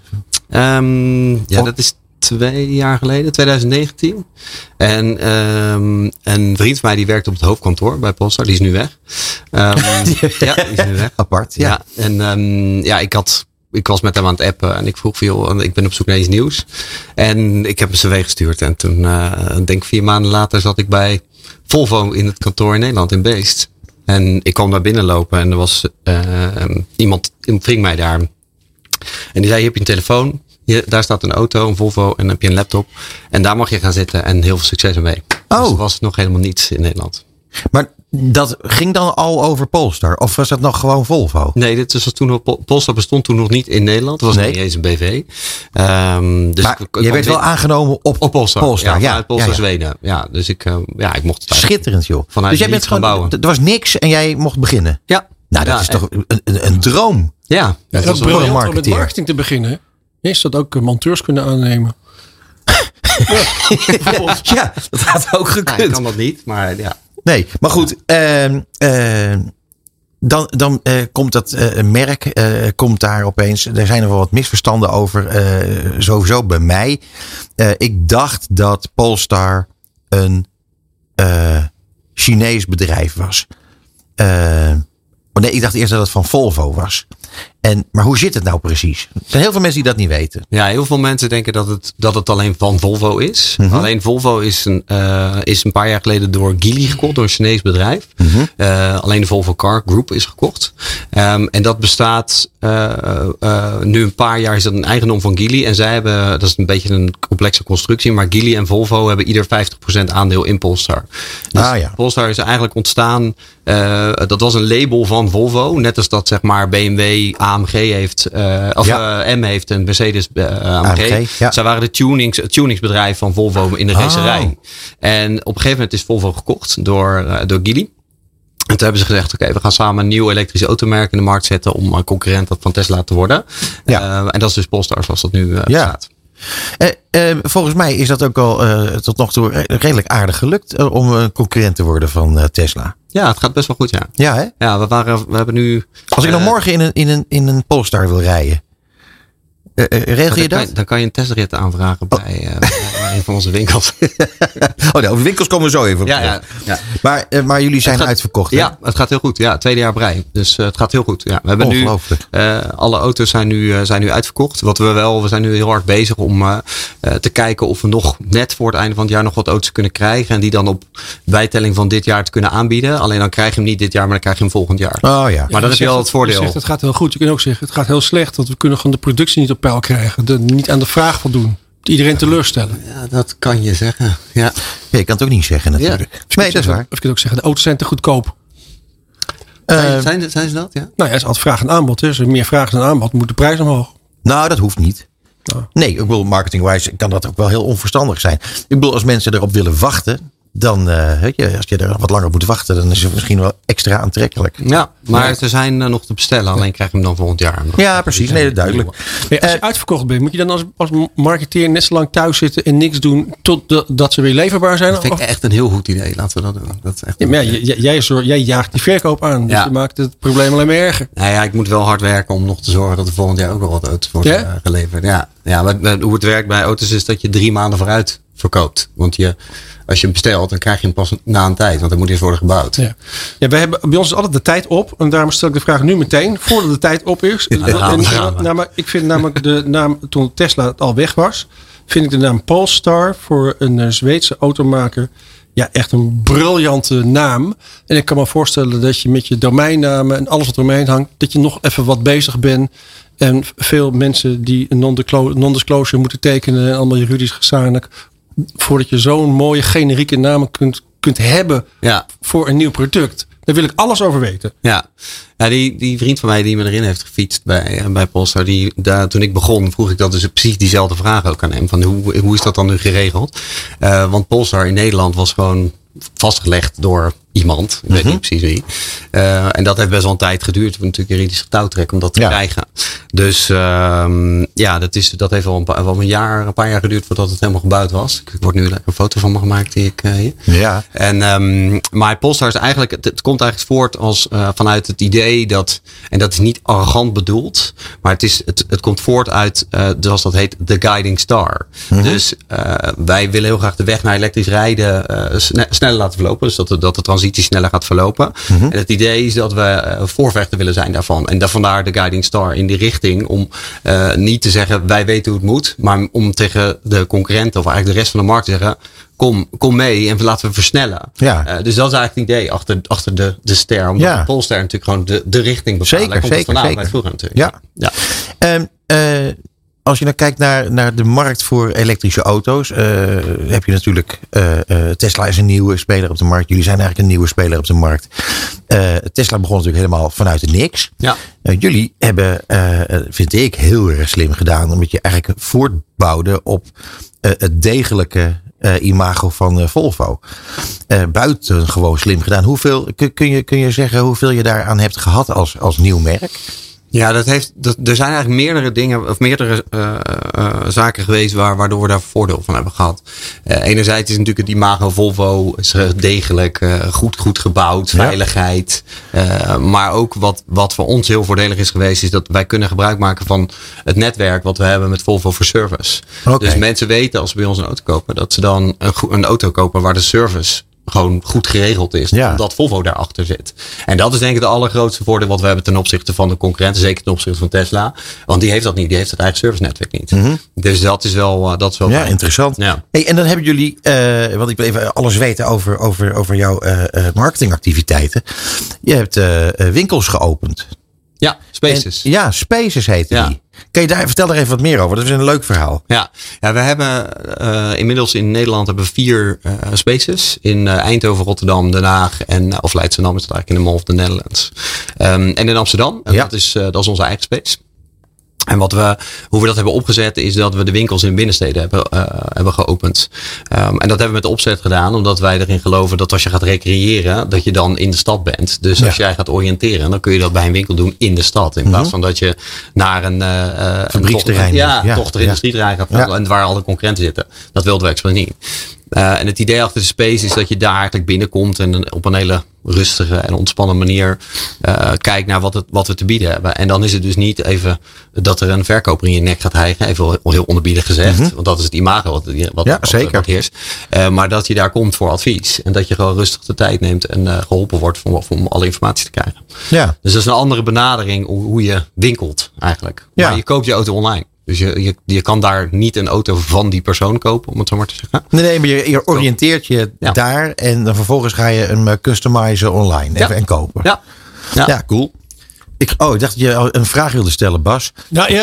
Dat is 2 jaar geleden, 2019. En een vriend van mij die werkt op het hoofdkantoor bij Polestar. Die is nu weg. Ja, die is nu weg. Apart, ja. En ik was met hem aan het appen en ik vroeg veel, ik ben op zoek naar iets nieuws. En ik heb een cv gestuurd. En toen, denk 4 maanden later, zat ik bij Volvo in het kantoor in Nederland, in Beest. En ik kwam daar binnenlopen en er was iemand ontving mij daar. En die zei, hier heb je een telefoon. Daar staat een auto, een Volvo en dan heb je een laptop. En daar mag je gaan zitten en heel veel succes ermee. Dus er was nog helemaal niets in Nederland. Maar dat ging dan al over Polestar? Of was dat nog gewoon Volvo? Nee, Polestar bestond toen nog niet in Nederland. Het was niet eens een BV. Dus maar je werd wel aangenomen op Polestar. Ja, Polestar Zweden. Ja, dus ik mocht het schitterend, joh. Vanuit dus jij bent gewoon bouwen. Er was niks en jij mocht beginnen? Ja. Nou, dat is toch een droom? Ja. Het is ook briljant om met marketing te beginnen. Is dat ook monteurs kunnen aannemen? Ja, dat had ook gekund. Ik kan dat niet, maar ja. Nee, maar goed. Dan komt dat merk komt daar opeens. Er zijn er wel wat misverstanden over. Sowieso bij mij. Ik dacht dat Polestar een Chinees bedrijf was. Nee, ik dacht eerst dat het van Volvo was. Maar hoe zit het nou precies? Er zijn heel veel mensen die dat niet weten. Ja, heel veel mensen denken dat het alleen van Volvo is. Mm-hmm. Alleen Volvo is een paar jaar geleden door Geely gekocht, door een Chinees bedrijf. Mm-hmm. Alleen de Volvo Car Group is gekocht. En dat bestaat nu een paar jaar, is dat een eigendom van Geely. En zij hebben, dat is een beetje een complexe constructie, maar Geely en Volvo hebben ieder 50% aandeel in Polestar. Dus Polestar is eigenlijk ontstaan, dat was een label van Volvo. Net als dat zeg maar BMW AMG heeft, M heeft en Mercedes AMG. Ja. Zij waren het tuningsbedrijf van Volvo in de racerij. En op een gegeven moment is Volvo gekocht door Geely. En toen hebben ze gezegd, oké, we gaan samen een nieuw elektrische automerk in de markt zetten om een concurrent van Tesla te worden. Ja. En dat is dus Polestar zoals dat nu staat. Volgens mij is dat ook al tot nog toe redelijk aardig gelukt om een concurrent te worden van Tesla. Ja, het gaat best wel goed, ja. Ja, hè? Ja, we hebben nu... Als ik nog morgen in een Polestar wil rijden, regel je dat? Dan kan je een testrit aanvragen bij een van onze winkels. Over winkels komen we zo even op. Ja. Maar jullie zijn uitverkocht. Ja, het gaat heel goed. Ja, 2e jaar brei. Dus het gaat heel goed. Ja, we hebben nu alle auto's zijn nu uitverkocht. We zijn nu heel hard bezig om te kijken of we nog net voor het einde van het jaar nog wat auto's kunnen krijgen. En die dan op bijtelling van dit jaar te kunnen aanbieden. Alleen dan krijg je hem niet dit jaar, maar dan krijg je hem volgend jaar. Oh ja. Maar dat is wel het voordeel. Je zegt, het gaat heel goed. Je kunt ook zeggen, het gaat heel slecht. Want we kunnen gewoon de productie niet op peil krijgen. Niet aan de vraag voldoen. Iedereen teleurstellen. Ja, dat kan je zeggen. Ja. Ja, je kan het ook niet zeggen natuurlijk. Ja. Nee, dat is waar. Of je kunt ook zeggen, de auto's zijn te goedkoop. Zijn ze dat? Ja. Nou ja, het is altijd vraag en aanbod. Als er meer vraag dan aanbod, moet de prijs omhoog. Nou, dat hoeft niet. Nee, ik bedoel, marketing-wise kan dat ook wel heel onverstandig zijn. Ik bedoel, als mensen erop willen wachten, dan, als je er wat langer moet wachten, dan is het misschien wel extra aantrekkelijk. Ja, maar er zijn nog te bestellen. Alleen krijg je hem dan volgend jaar. Ja, precies. Nee, duidelijk. Als je uitverkocht bent, moet je dan als marketeer net zo lang thuis zitten en niks doen totdat ze weer leverbaar zijn? Dat vind ik echt een heel goed idee. Laten we dat doen. Dat is echt jij jaagt die verkoop aan. Dus je maakt het probleem alleen maar erger. Nou ja, ik moet wel hard werken om nog te zorgen dat er volgend jaar ook nog wat auto's worden geleverd. Ja, maar hoe het werkt bij auto's is dat je 3 maanden vooruit verkoopt. Want als je hem bestelt, dan krijg je hem pas na een tijd. Want dan moet eerst worden gebouwd. Ja, wij hebben bij ons is altijd de tijd op. En daarom stel ik de vraag nu meteen. Voordat de tijd op is. Maar ik vind namelijk de naam, toen Tesla al weg was, vind ik de naam Polestar voor een Zweedse automaker echt een briljante naam. En ik kan me voorstellen dat je met je domeinnamen en alles wat eromheen hangt, dat je nog even wat bezig bent. En veel mensen die een non-disclosure moeten tekenen en allemaal juridisch gezamenlijk, voordat je zo'n mooie generieke naam kunt hebben voor een nieuw product. Daar wil ik alles over weten. Ja, die vriend van mij die me erin heeft gefietst bij Polestar, toen ik begon, vroeg ik dat dus precies diezelfde vraag ook aan hem. Van hoe is dat dan nu geregeld? Want Polestar in Nederland was gewoon vastgelegd door iemand. Ik weet niet precies wie. En dat heeft best wel een tijd geduurd. We natuurlijk juridisch getouwtrek om dat te krijgen. Dus dat heeft wel een paar jaar geduurd voordat het helemaal gebouwd was. Ik word nu een foto van me gemaakt die ik hier. Ja. Maar Polestar is eigenlijk, het komt eigenlijk voort als vanuit het idee dat, en dat is niet arrogant bedoeld, maar het komt voort uit, zoals dat heet, the guiding star. Dus wij willen heel graag de weg naar elektrisch rijden sneller laten verlopen. Dus dat de transitie sneller gaat verlopen. En het idee is dat we voorvechter willen zijn daarvan. En vandaar de guiding star in die richting om niet te zeggen wij weten hoe het moet, maar om tegen de concurrenten of eigenlijk de rest van de markt te zeggen kom mee en laten we versnellen. Ja. Dus dat is eigenlijk het idee achter de ster. Omdat de Polestar natuurlijk gewoon de richting bepalen. Zeker. Vroeger natuurlijk. Ja. Als je dan kijkt naar de markt voor elektrische auto's, heb je natuurlijk Tesla is een nieuwe speler op de markt. Jullie zijn eigenlijk een nieuwe speler op de markt. Tesla begon natuurlijk helemaal vanuit de niks. Ja. Jullie hebben, vind ik, heel erg slim gedaan, omdat je eigenlijk voortbouwde op het degelijke imago van Volvo. Buitengewoon slim gedaan. Kun je zeggen hoeveel je daaraan hebt gehad als nieuw merk? Ja, er zijn eigenlijk meerdere dingen of meerdere zaken geweest waardoor we daar voordeel van hebben gehad. Enerzijds is natuurlijk het imago Volvo is degelijk, goed gebouwd, veiligheid. Maar ook wat voor ons heel voordelig is geweest, is dat wij kunnen gebruik maken van het netwerk wat we hebben met Volvo voor Service. Okay. Dus mensen weten als ze bij ons een auto kopen, dat ze dan een auto kopen waar de service gewoon goed geregeld is. Omdat Volvo daarachter zit. En dat is denk ik de allergrootste voordeel wat we hebben ten opzichte van de concurrenten. Zeker ten opzichte van Tesla. Want die heeft dat niet. Die heeft het eigen service netwerk niet. Mm-hmm. Dus dat is wel fijn. Interessant. Ja. Hey, en dan hebben jullie, want ik wil even alles weten over jouw marketingactiviteiten. Je hebt winkels geopend. Ja, Spaces. Spaces heette die. Vertel daar even wat meer over. Dat is een leuk verhaal. Ja, we hebben inmiddels in Nederland 4 Spaces. In Eindhoven, Rotterdam, Den Haag of Leidschendam is dat eigenlijk in de Mall of the Netherlands. En in Amsterdam. En dat is onze eigen space. En hoe we dat hebben opgezet is dat we de winkels in binnensteden hebben geopend. En dat hebben we met de opzet gedaan. Omdat wij erin geloven dat als je gaat recreëren, dat je dan in de stad bent. Dus als jij gaat oriënteren, dan kun je dat bij een winkel doen in de stad. In plaats van dat je naar een fabrieksterrein. Toch er industrieterrein gaat. En waar alle concurrenten zitten. Dat wilden we expres niet. En het idee achter de space is dat je daar eigenlijk binnenkomt en op een hele rustige en ontspannen manier kijkt naar wat we te bieden hebben. En dan is het dus niet even dat er een verkoper in je nek gaat hijgen. Even heel onderbiedig gezegd. Mm-hmm. Want dat is het imago wat heerst. Maar dat je daar komt voor advies. En dat je gewoon rustig de tijd neemt en geholpen wordt om alle informatie te krijgen. Ja. Dus dat is een andere benadering hoe je winkelt eigenlijk. Ja. Maar je koopt je auto online. Dus je kan daar niet een auto van die persoon kopen, om het zo maar te zeggen. Nee, maar je oriënteert je daar en dan vervolgens ga je hem customizen online en kopen. Ja, cool. Ik dacht dat je een vraag wilde stellen, Bas.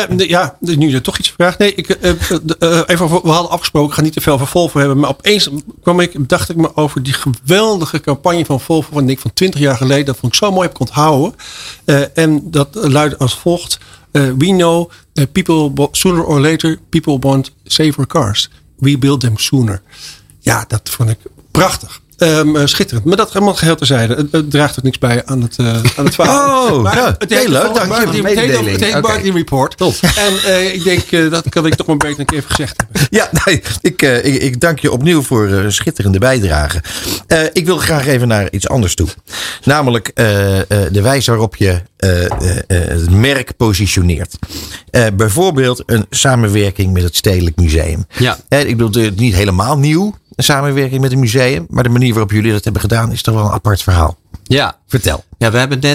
Nu je toch iets vraagt. Nee, we hadden afgesproken, ik ga niet te veel over Volvo hebben. Maar opeens dacht ik me over die geweldige campagne van Volvo van 20 jaar geleden. Dat vond ik zo mooi, heb ik onthouden. En dat luidde als volgt. We know Sooner or later, people want safer cars. We build them sooner. Ja, dat vond ik prachtig. Schitterend. Maar dat helemaal geheel terzijde. Het draagt ook niks bij aan het verhaal. Het heel leuk. Dank je. Het heet Marketing Report. Top. En ik denk, dat kan ik toch maar beter een keer even gezegd hebben. Ja, ik dank je opnieuw voor een schitterende bijdrage. Ik wil graag even naar iets anders toe. Namelijk de wijze waarop je het merk positioneert. Bijvoorbeeld een samenwerking met het Stedelijk Museum. Ja. Ik bedoel, het niet helemaal nieuw. Een samenwerking met een museum. Maar de manier waarop jullie dat hebben gedaan is toch wel een apart verhaal. Ja. Vertel. Ja, we hebben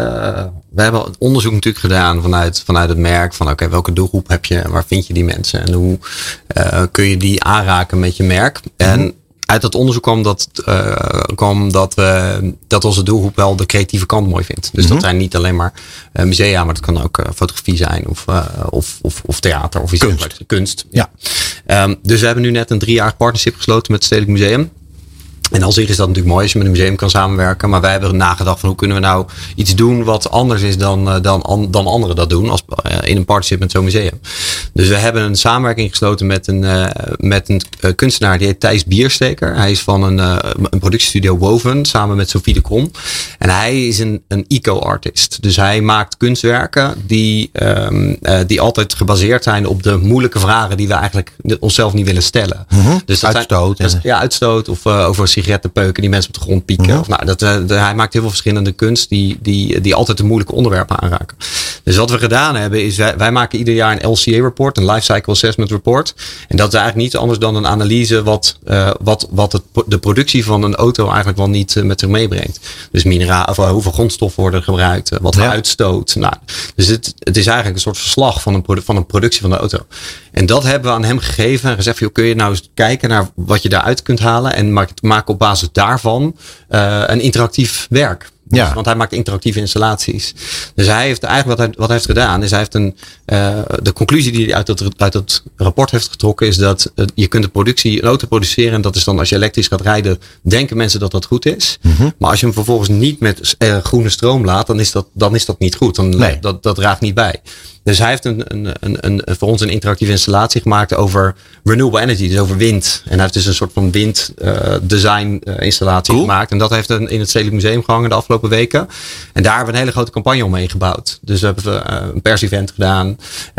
het onderzoek natuurlijk gedaan vanuit het merk. Van oké, welke doelgroep heb je? Waar vind je die mensen? En hoe kun je die aanraken met je merk? En uit dat onderzoek kwam dat onze doelgroep wel de creatieve kant mooi vindt. Dus dat zijn niet alleen maar musea, maar dat kan ook fotografie zijn of theater of iets dergelijks. Kunst. Ja. Dus we hebben nu net een 3-jarig partnership gesloten met het Stedelijk Museum. En al zich is dat natuurlijk mooi als je met een museum kan samenwerken. Maar wij hebben nagedacht van hoe kunnen we nou iets doen wat anders is dan anderen dat doen. In een partnership met zo'n museum. Dus we hebben een samenwerking gesloten met een kunstenaar die heet Thijs Biersteker. Hij is van een productiestudio Woven samen met Sophie de Krom. En hij is een eco-artist. Dus hij maakt kunstwerken die altijd gebaseerd zijn op de moeilijke vragen die we eigenlijk onszelf niet willen stellen. Dus uitstoot of over sigarettenpeuken die mensen op de grond pieken. Hij maakt heel veel verschillende kunst die altijd de moeilijke onderwerpen aanraken. Dus wat we gedaan hebben is wij maken ieder jaar een LCA-rapport, een Life Cycle Assessment Report. En dat is eigenlijk niet anders dan een analyse wat de productie van een auto eigenlijk wel niet met zich meebrengt. Dus hoeveel grondstoffen worden gebruikt, wat voor uitstoot. Dus het is eigenlijk een soort verslag van een productie van de auto. En dat hebben we aan hem gegeven en gezegd, joh, kun je nou eens kijken naar wat je daaruit kunt halen en maak op basis daarvan een interactief werk. Dus, want hij maakt interactieve installaties. Dus hij heeft eigenlijk wat hij heeft gedaan, is hij heeft de conclusie die hij uit het rapport heeft getrokken, is dat je kunt een auto produceren en dat is dan als je elektrisch gaat rijden, denken mensen dat dat goed is. Maar als je hem vervolgens niet met groene stroom laat, dan is dat niet goed. Dat draagt niet bij. Dus hij heeft voor ons een interactieve installatie gemaakt over renewable energy, dus over wind. En hij heeft dus een soort van winddesign installatie gemaakt. En dat heeft in het Stedelijk Museum gehangen de afgelopen weken. En daar hebben we een hele grote campagne omheen gebouwd. Dus we hebben een pers-event gedaan.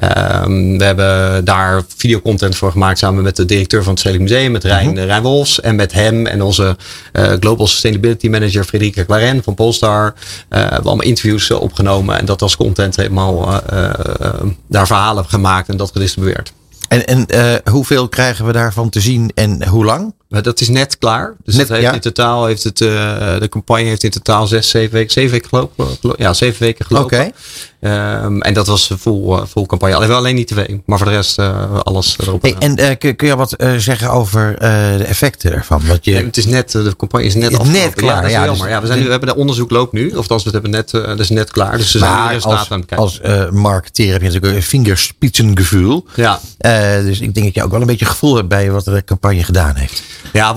We hebben daar videocontent voor gemaakt samen met de directeur van het Stedelijk Museum, met Rijn Wolfs. En met hem en onze Global Sustainability Manager Frederica Claren van Polestar. We hebben allemaal interviews opgenomen en dat als content helemaal daar verhalen gemaakt en dat gedistribueerd. En hoeveel krijgen we daarvan te zien en hoe lang? Dat is net klaar. Dus in totaal heeft de campagne heeft in totaal 7 weken gelopen. Ja, 7 weken gelopen. Okay. En dat was full campagne. Alleen niet tv, maar voor de rest alles erop. En kun je wat zeggen over de effecten ervan? Het is net, de campagne is net afgelopen. Net klaar. Ja, dat is jammer. We hebben de onderzoek loopt nu. Of we hebben net, dat is net klaar. Dus ze zijn de resultaten aan het kijken. Als marketeer heb je natuurlijk een vingerspitsengevoel. Ja. Dus ik denk dat je ook wel een beetje gevoel hebt bij wat de campagne gedaan heeft. Ja,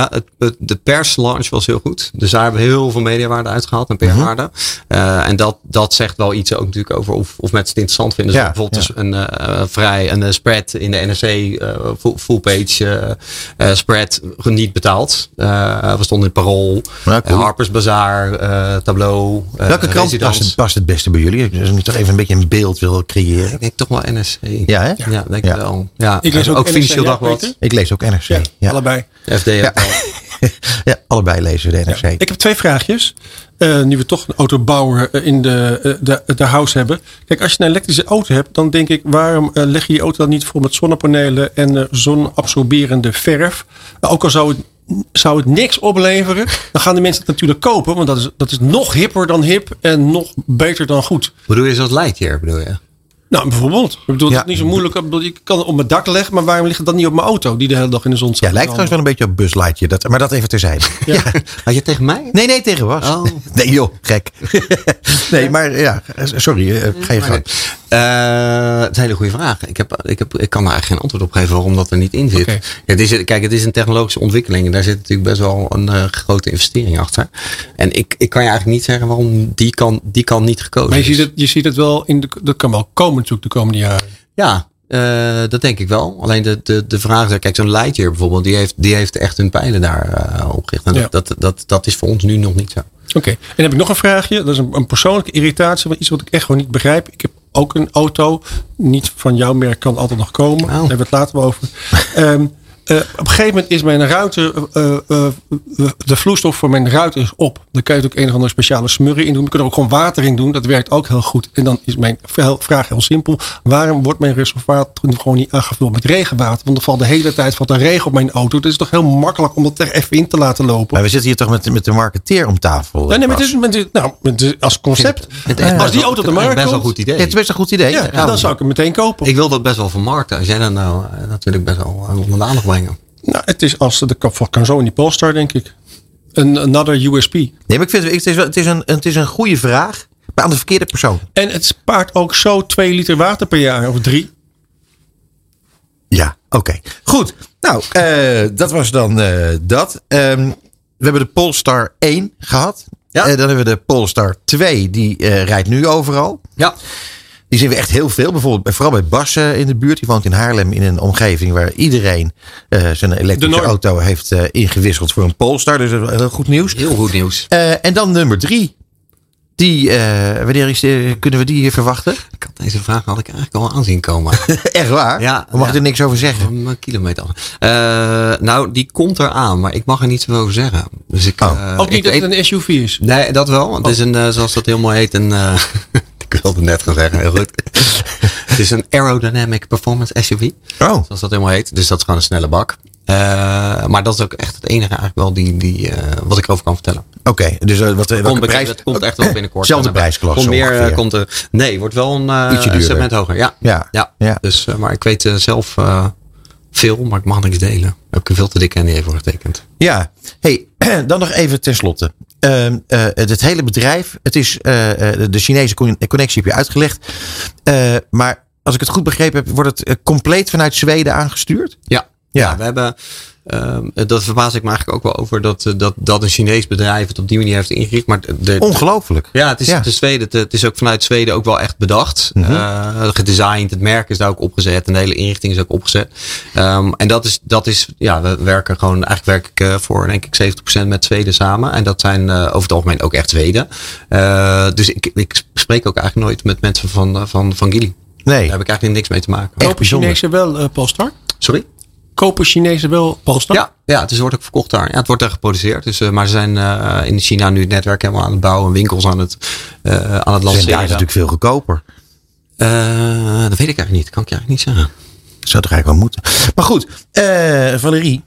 de perslaunch was heel goed. Dus daar hebben we heel veel mediawaarde uitgehaald en PR-waarde. En dat zegt wel iets ook natuurlijk over of mensen het interessant vinden. Dus bijvoorbeeld een spread in de NRC full-page spread niet betaald. We stonden in Parool, Harper's Bazaar, Tableau. Welke krant past het beste bij jullie? Als ik toch even een beetje een beeld wil creëren. Ik denk toch wel NRC. Ja, hè? Ja, denk ik wel. Ja. Ik lees ook Financieel Dagblad. Ik lees ook NRC. Ja. Allebei. FD ook wel. Ja, allebei lezen we de NRC. Ja. Ik heb 2 vraagjes. Nu we toch een autobouwer in de house hebben. Kijk, als je een elektrische auto hebt, dan denk ik, waarom leg je auto dan niet vol met zonnepanelen en zonabsorberende verf? Ook al zou het niks opleveren, dan gaan de mensen het natuurlijk kopen. Want dat is nog hipper dan hip en nog beter dan goed. Bedoel je zoals Lightyear, bedoel je? Nou, bijvoorbeeld. Ik bedoel, het is niet zo moeilijk. Ik kan het op mijn dak leggen, maar waarom ligt het dan niet op mijn auto die de hele dag in de zon staat? Ja, lijkt trouwens wel een beetje op Buzz Lightyear. Maar dat even terzijde. Ja. Had je tegen mij? Nee, tegen was. Oh. Nee joh, gek. Nee, maar ja, sorry. Ga je gang. Het is een hele goede vraag. Ik kan daar eigenlijk geen antwoord op geven waarom dat er niet in zit. Okay. Het is een technologische ontwikkeling. En daar zit natuurlijk best wel een grote investering achter. En ik kan je eigenlijk niet zeggen waarom die kan niet gekozen is. Maar je ziet het wel, dat kan wel komen natuurlijk de komende jaren. Ja, dat denk ik wel. Alleen de vraag is, kijk, zo'n Lightyear bijvoorbeeld, die heeft echt hun pijlen daar opgericht. En dat is voor ons nu nog niet zo. Oké, en dan heb ik nog een vraagje. Dat is een persoonlijke irritatie, maar iets wat ik echt gewoon niet begrijp. Ik heb ook een auto, niet van jouw merk, kan altijd nog komen. Daar hebben we het later over. Op een gegeven moment is mijn ruiter, de vloeistof voor mijn ruiter is op. Dan kan je ook een of andere speciale smurrie in doen. Je kunt er ook gewoon water in doen. Dat werkt ook heel goed. En dan is mijn vraag heel simpel. Waarom wordt mijn reservoir gewoon niet aangevuld met regenwater? Want er valt de hele tijd er regen op mijn auto. Het is toch heel makkelijk om dat er even in te laten lopen. Maar we zitten hier toch met de marketeer om tafel. Nee, maar het is als concept. Als die auto te markt best wel een goed idee. Het is best een goed idee. Ja, dan zou ik hem meteen kopen. Ik wil dat best wel vermarkten. Als jij dat nou natuurlijk best wel onder de aandacht brengen. Nou, het is als de kan zo in die Polestar, denk ik. Another USP. Nee, maar ik vind het is een goede vraag, maar aan de verkeerde persoon. En het spaart ook zo 2 liter water per jaar, of 3. Ja, oké. Goed. Nou, dat was dan dat. We hebben de Polestar 1 gehad. Ja. Dan hebben we de Polestar 2. Die rijdt nu overal. Ja. Die zien we echt heel veel. Bijvoorbeeld vooral bij Bas in de buurt. Die woont in Haarlem in een omgeving waar iedereen zijn elektrische auto heeft ingewisseld voor een Polestar. Dus heel goed nieuws. Heel goed nieuws. En dan nummer 3. Wanneer kunnen we die verwachten? Deze vraag had ik eigenlijk al aanzien komen. Echt waar? Ja. We mogen er niks over zeggen. Een kilometer af. Nou, die komt eraan, maar ik mag er niets over zeggen. Dus ook niet dat het een SUV is? Nee, dat wel. Want het is een, zoals dat heel mooi heet, ik wilde het net gaan zeggen, heel goed. Het is een aerodynamic performance SUV. Zoals dat helemaal heet. Dus dat is gewoon een snelle bak. Maar dat is ook echt het enige eigenlijk wel wat ik erover kan vertellen. Oké, dus welke prijs? Dat komt echt wel binnenkort. Zelfde prijsklasse. Wordt wel een segment hoger. Ja. Dus, maar ik weet zelf veel, maar ik mag niks delen. Daar heb ik een veel te dikke NDA voor getekend. Ja, hey, dan nog even tenslotte. Het hele bedrijf, het is de Chinese connectie heb je uitgelegd. Maar als ik het goed begrepen heb, wordt het compleet vanuit Zweden aangestuurd? Ja, we hebben, dat verbaas ik me eigenlijk ook wel over dat een Chinees bedrijf het op die manier heeft ingericht. Maar ongelooflijk. Ja, het is Zweden. Het is ook vanuit Zweden ook wel echt bedacht. Gedesigned, het merk is daar ook opgezet en de hele inrichting is ook opgezet. En dat is, we werken gewoon, eigenlijk werk ik voor denk ik 70% met Zweden samen. En dat zijn over het algemeen ook echt Zweden. Dus ik spreek ook eigenlijk nooit met mensen van Geely. Nee. Daar heb ik eigenlijk niks mee te maken. Kopen Chinezen wel Polestar? Sorry? Kopen Chinezen wel Polestar? Ja, het wordt ook verkocht daar. Ja, het wordt daar geproduceerd. Dus, maar ze zijn in China nu het netwerk helemaal aan het bouwen. En winkels aan het lanceren. En daar is natuurlijk veel goedkoper. Dat weet ik eigenlijk niet. Kan ik je eigenlijk niet zeggen. Zou toch eigenlijk wel moeten. Maar goed, Valerie.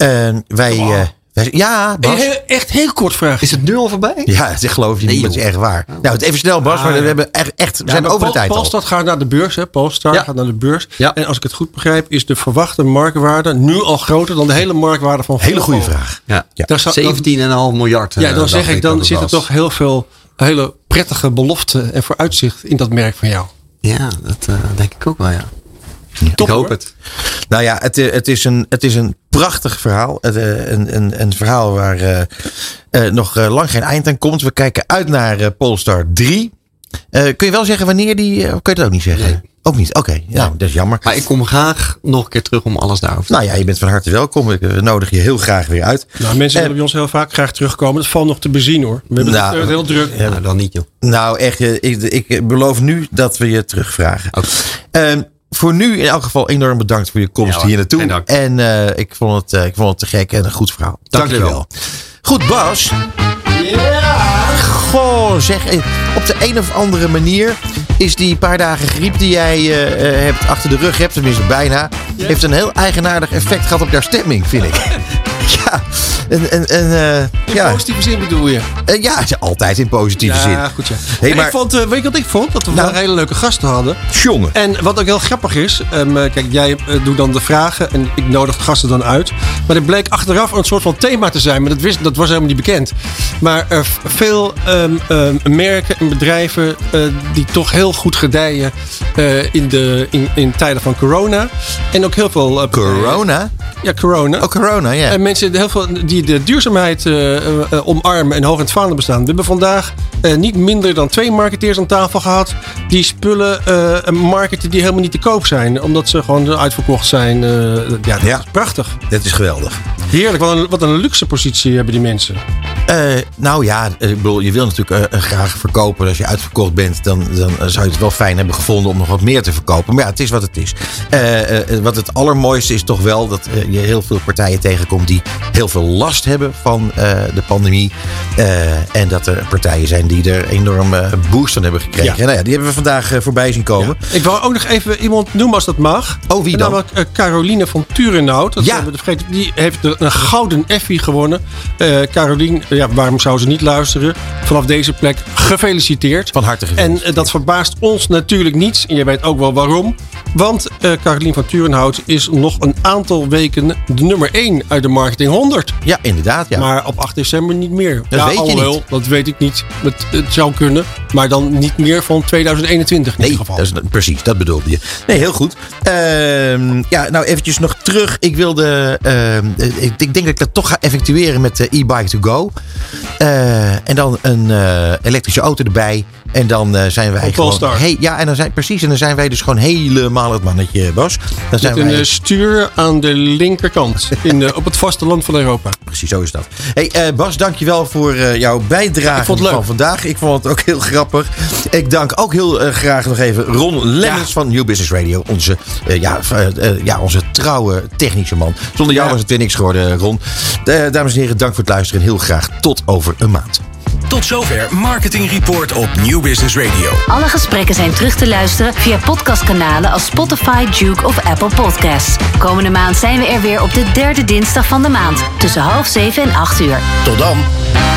Ja, Bas. Echt heel kort vraag. Is het nu al voorbij? Ja, dat geloof je niet. Dat is echt waar. Nou, even snel, Bas. Maar we hebben we zijn over de tijd al. Polestar gaat naar de beurs. Polestar gaat naar de beurs. Ja. En als ik het goed begrijp, is de verwachte marktwaarde nu al groter dan de hele marktwaarde van Volvo. Hele goede vraag. Ja. 17,5 miljard. Ja, dan zeg ik, dan zit er toch heel veel hele prettige beloften en vooruitzicht in dat merk van jou. Ja, dat denk ik ook wel, ja. Top, ik hoop het. Nou ja, het is een prachtig verhaal. Een verhaal waar nog lang geen eind aan komt. We kijken uit naar Polestar 3. Kun je wel zeggen wanneer die... kun je dat ook niet zeggen? Nee. Ook niet? Oké, nou, dat is jammer. Maar ik kom graag nog een keer terug om alles daarover te Nou ja, je bent van harte welkom. Ik nodig je heel graag weer uit. Nou, mensen willen bij ons heel vaak graag terugkomen. Dat valt nog te bezien hoor. We hebben het heel druk. Ja, dan niet joh. Nou echt, ik beloof nu dat we je terugvragen. Okay. Voor nu in elk geval enorm bedankt voor je komst hier naartoe. En ik vond het te gek en een goed verhaal. Dank je wel. Goed, Bas. Ja. Goh, zeg. Op de een of andere manier is die paar dagen griep die jij hebt achter de rug hebt, tenminste bijna, heeft een heel eigenaardig effect gehad op jouw stemming, vind ik. Ja. In positieve zin bedoel je? Ja, altijd in positieve zin. Ja, goed ja. Hey, maar, ik vond, weet je wat ik vond? Dat we wel hele leuke gasten hadden. Jongen. En wat ook heel grappig is. Kijk, jij doet dan de vragen en ik nodig de gasten dan uit. Maar het bleek achteraf een soort van thema te zijn. Maar dat was helemaal niet bekend. Maar veel merken en bedrijven die toch heel goed gedijen in tijden van corona. En ook heel veel... corona? Ja, corona. Oh, corona, ja. En mensen heel veel die de duurzaamheid omarmen en hoog in het vaandel bestaan. We hebben vandaag niet minder dan 2 marketeers aan tafel gehad. Die spullen marketen die helemaal niet te koop zijn. Omdat ze gewoon uitverkocht zijn. Dat is prachtig. Dat is geweldig. Heerlijk. Wat een luxe positie hebben die mensen. Nou ja, ik bedoel, je wil natuurlijk graag verkopen. Als je uitverkocht bent, dan zou je het wel fijn hebben gevonden om nog wat meer te verkopen. Maar ja, het is wat het is. Wat het allermooiste is toch wel dat je heel veel partijen tegenkomt die heel veel last hebben van de pandemie. En dat er partijen zijn die er enorm boost van hebben gekregen. Ja. Nou ja, die hebben we vandaag voorbij zien komen. Ja. Ik wil ook nog even iemand noemen als dat mag. Oh, wie dan? Namelijk Caroline van Turenhout. Dat hebben we vergeten. Die heeft een gouden Effie gewonnen. Caroline, waarom zou ze niet luisteren? Vanaf deze plek gefeliciteerd. Van harte gefeliciteerd. En dat verbaast ons natuurlijk niet. En je weet ook wel waarom. Want Caroline van Turenhout is nog een aantal weken de nummer 1 uit de Marketing 100. Ja, inderdaad. Ja. Maar op 8 december niet meer. Dat weet je niet. Dat weet ik niet. Het zou kunnen. Maar dan niet meer van 2021 in ieder geval. Precies, dat bedoelde je. Nee, heel goed. Nou eventjes nog terug. Ik wilde... ik denk dat ik dat toch ga effectueren met e-bike to go. En dan een elektrische auto erbij. En dan zijn wij gewoon... En dan zijn wij dus gewoon helemaal het mannetje, Bas. Dan zijn met een stuur aan de linkerkant. op het vasteland van Europa. Precies, zo is dat. Hey, Bas, dankjewel voor jouw bijdrage van vandaag. Ik vond het ook heel grappig. Ik dank ook heel graag nog even Ron Lemmens van New Business Radio. Onze trouwe technische man. Zonder jou was het weer niks geworden, Ron. Dames en heren, dank voor het luisteren. En heel graag tot over een maand. Tot zover Marketing Report op New Business Radio. Alle gesprekken zijn terug te luisteren via podcastkanalen als Spotify, Juke of Apple Podcasts. Komende maand zijn we er weer op de 3e dinsdag van de maand. Tussen 6:30 en 8:00. Tot dan.